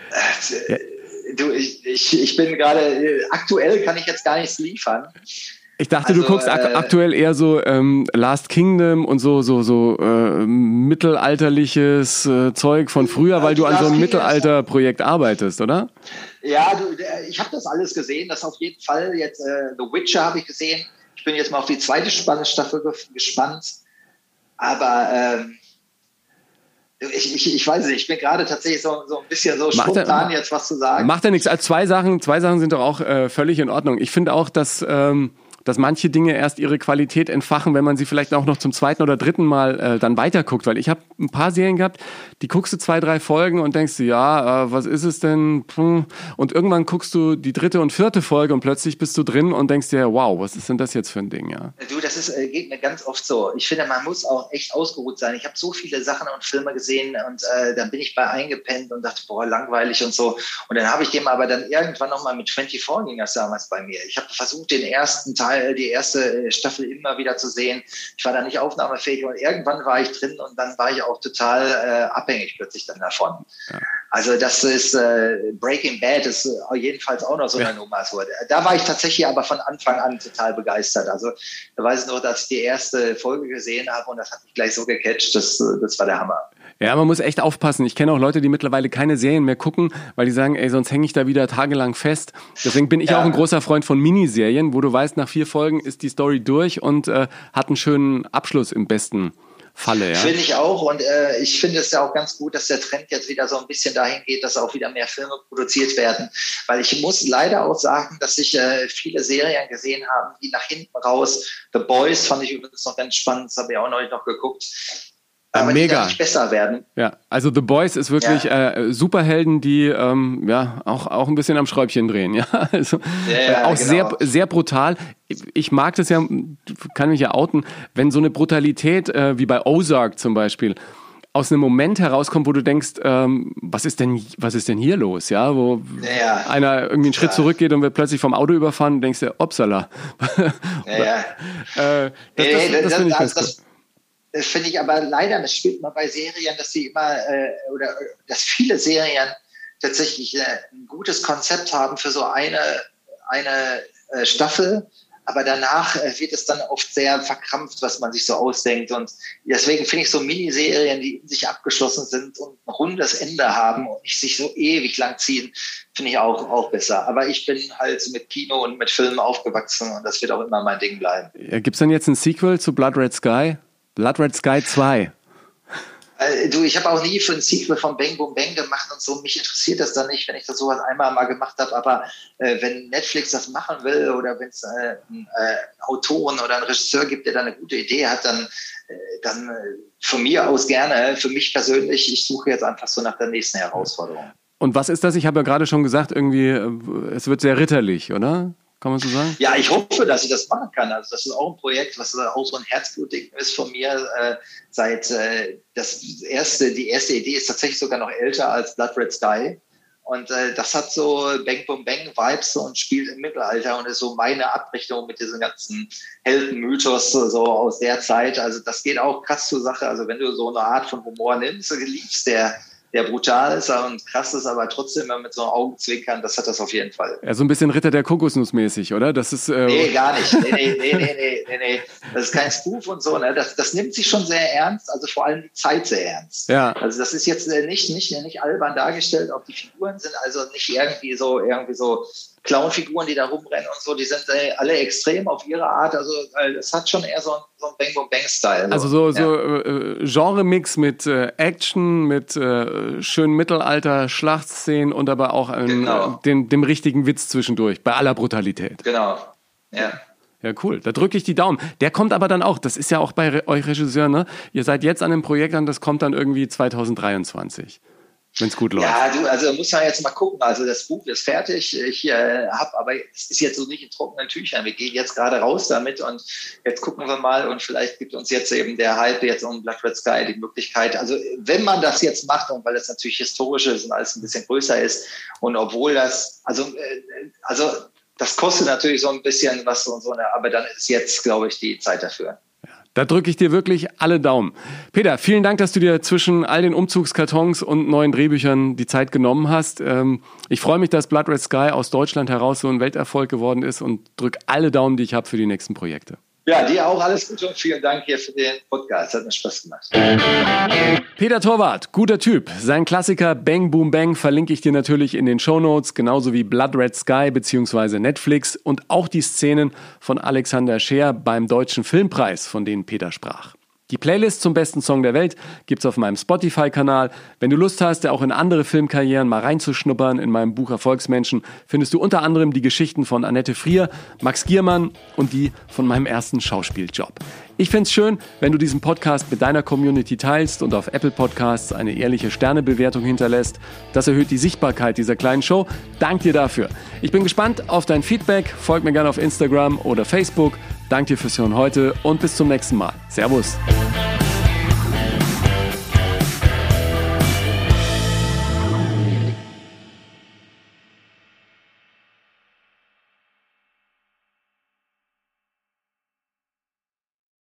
du, ich, ich, ich bin gerade, aktuell kann ich jetzt gar nichts liefern. Ich dachte, Also, du guckst ak- äh, aktuell eher so ähm, Last Kingdom und so so so äh, mittelalterliches äh, Zeug von früher, weil du an so einem Mittelalterprojekt arbeitest, oder? Ja, du, ich habe das alles gesehen. Das auf jeden Fall. Jetzt äh, The Witcher habe ich gesehen. Ich bin jetzt mal auf die zweite Staffel gespannt. Aber ähm, ich, ich, ich weiß nicht, ich bin gerade tatsächlich so, so ein bisschen so Macht spontan er, jetzt was zu sagen. Macht ja nichts. Also zwei Sachen, zwei Sachen sind doch auch äh, völlig in Ordnung. Ich finde auch, dass ähm, dass manche Dinge erst ihre Qualität entfachen, wenn man sie vielleicht auch noch zum zweiten oder dritten Mal äh, dann weiterguckt. Weil ich habe ein paar Serien gehabt, die guckst du zwei, drei Folgen und denkst du, ja, äh, was ist es denn? Und irgendwann guckst du die dritte und vierte Folge und plötzlich bist du drin und denkst dir, wow, was ist denn das jetzt für ein Ding? Ja. Du, das ist, äh, geht mir ganz oft so. Ich finde, man muss auch echt ausgeruht sein. Ich habe so viele Sachen und Filme gesehen und äh, dann bin ich bei eingepennt und dachte, boah, langweilig und so. Und dann habe ich dem aber dann irgendwann nochmal mit vierundzwanzig ging das damals bei mir. Ich habe versucht, den ersten Teil, die erste Staffel immer wieder zu sehen. Ich war da nicht aufnahmefähig und irgendwann war ich drin und dann war ich auch total äh, abhängig plötzlich dann davon. Ja. Also das ist äh, Breaking Bad ist äh, jedenfalls auch noch so eine ja. Nummer. So. Da war ich tatsächlich aber von Anfang an total begeistert. Also da weiß ich nur, dass ich die erste Folge gesehen habe und das hat mich gleich so gecatcht. Das, das war der Hammer. Ja, man muss echt aufpassen. Ich kenne auch Leute, die mittlerweile keine Serien mehr gucken, weil die sagen, ey, sonst hänge ich da wieder tagelang fest. Deswegen bin ich ja. auch ein großer Freund von Miniserien, wo du weißt, nach vier Folgen ist die Story durch und äh, hat einen schönen Abschluss im besten Falle. Ja. Finde ich auch und äh, ich finde es ja auch ganz gut, dass der Trend jetzt wieder so ein bisschen dahin geht, dass auch wieder mehr Filme produziert werden, weil ich muss leider auch sagen, dass ich äh, viele Serien gesehen habe, die nach hinten raus, The Boys fand ich übrigens noch ganz spannend, das habe ich auch neulich noch geguckt, aber mega. Die nicht besser werden. Ja, also The Boys ist wirklich ja. äh, Superhelden, die ähm, ja auch auch ein bisschen am Schräubchen drehen. Ja, also ja, ja, äh, auch genau. sehr sehr brutal. Ich mag das ja, kann mich ja outen, wenn so eine Brutalität äh, wie bei Ozark zum Beispiel aus einem Moment herauskommt, wo du denkst, ähm, was ist denn was ist denn hier los? Ja, wo ja, einer irgendwie einen Schritt ja. zurückgeht und wird plötzlich vom Auto überfahren und denkst dir, upsala. Ja, ja. äh, das das, das, das finde ich ganz das, cool. Das finde ich aber leider, das spielt man bei Serien, dass sie immer, äh, oder dass viele Serien tatsächlich äh, ein gutes Konzept haben für so eine, eine äh, Staffel, aber danach äh, wird es dann oft sehr verkrampft, was man sich so ausdenkt. Und deswegen finde ich so Miniserien, die in sich abgeschlossen sind und ein rundes Ende haben und nicht sich so ewig lang ziehen, finde ich auch, auch besser. Aber ich bin halt mit Kino und mit Filmen aufgewachsen und das wird auch immer mein Ding bleiben. Ja, gibt es denn jetzt ein Sequel zu Blood Red Sky? Blood Red Sky zwei. Äh, du, ich habe auch nie für ein Sequel von Bang Boom Bang gemacht und so. Mich interessiert das dann nicht, wenn ich das sowas einmal mal gemacht habe. Aber äh, wenn Netflix das machen will oder wenn es äh, einen äh, Autoren oder einen Regisseur gibt, der da eine gute Idee hat, dann, äh, dann äh, von mir aus gerne. Für mich persönlich, ich suche jetzt einfach so nach der nächsten Herausforderung. Und was ist das? Ich habe ja gerade schon gesagt, irgendwie, es wird sehr ritterlich, oder? Kann man so sagen? Ja, ich hoffe, dass ich das machen kann. Also das ist auch ein Projekt, was auch so ein Herzblutding ist von mir. Äh, seit äh, das erste, die erste Idee ist tatsächlich sogar noch älter als Blood Red Sky. Und äh, das hat so Bang Boom Bang Vibes so und spielt im Mittelalter und ist so meine Abrichtung mit diesem ganzen Heldenmythos so, so aus der Zeit. Also das geht auch krass zur Sache. Also wenn du so eine Art von Humor nimmst, so liebst der der brutal ist und krass ist, aber trotzdem mit so einem Augenzwinkern, das hat das auf jeden Fall. Ja, so ein bisschen Ritter der Kokosnuss mäßig, oder? Das ist, äh nee, gar nicht. Nee, nee, nee, nee, nee, nee. Das ist kein Spoof und so. Ne? Das, das nimmt sich schon sehr ernst, also vor allem die Zeit sehr ernst. Ja. Also das ist jetzt nicht, nicht, nicht albern dargestellt, auch die Figuren sind also nicht irgendwie so, irgendwie so Clownfiguren, die da rumrennen und so, die sind äh, alle extrem auf ihre Art, also äh, es hat schon eher so ein, so ein Bang Boom Bang Style. Also so, ja. so äh, Genre-Mix mit äh, Action, mit äh, schönen Mittelalter-Schlachtszenen und aber auch ähm, genau. den, dem richtigen Witz zwischendurch, bei aller Brutalität. Genau, ja. Ja, cool. Da drücke ich die Daumen. Der kommt aber dann auch, das ist ja auch bei Re- euch Regisseuren, ne? Ihr seid jetzt an einem Projekt an, das kommt dann irgendwie zwanzig dreiundzwanzig. Wenn es gut läuft. Ja, du, also muss man jetzt mal gucken. Also das Buch ist fertig. Ich äh, habe, aber es ist jetzt so nicht in trockenen Tüchern. Wir gehen jetzt gerade raus damit und jetzt gucken wir mal und vielleicht gibt uns jetzt eben der Hype jetzt um Blood Red Sky die Möglichkeit. Also wenn man das jetzt macht und weil es natürlich historisch ist und alles ein bisschen größer ist und obwohl das, also äh, also das kostet natürlich so ein bisschen was und so, aber dann ist jetzt, glaube ich, die Zeit dafür. Da drücke ich dir wirklich alle Daumen. Peter, vielen Dank, dass du dir zwischen all den Umzugskartons und neuen Drehbüchern die Zeit genommen hast. Ich freue mich, dass Blood Red Sky aus Deutschland heraus so ein Welterfolg geworden ist und drücke alle Daumen, die ich habe für die nächsten Projekte. Ja, dir auch alles Gute und vielen Dank hier für den Podcast. Hat mir Spaß gemacht. Peter Torwart, guter Typ. Sein Klassiker Bang Boom Bang verlinke ich dir natürlich in den Shownotes, genauso wie Blood Red Sky bzw. Netflix und auch die Szenen von Alexander Scheer beim Deutschen Filmpreis, von denen Peter sprach. Die Playlist zum besten Song der Welt gibt's auf meinem Spotify-Kanal. Wenn du Lust hast, auch in andere Filmkarrieren mal reinzuschnuppern, in meinem Buch Erfolgsmenschen, findest du unter anderem die Geschichten von Annette Frier, Max Giermann und die von meinem ersten Schauspieljob. Ich find's schön, wenn du diesen Podcast mit deiner Community teilst und auf Apple Podcasts eine ehrliche Sternebewertung hinterlässt. Das erhöht die Sichtbarkeit dieser kleinen Show. Dank dir dafür. Ich bin gespannt auf dein Feedback. Folg mir gerne auf Instagram oder Facebook. Dank dir fürs Hören heute und bis zum nächsten Mal. Servus.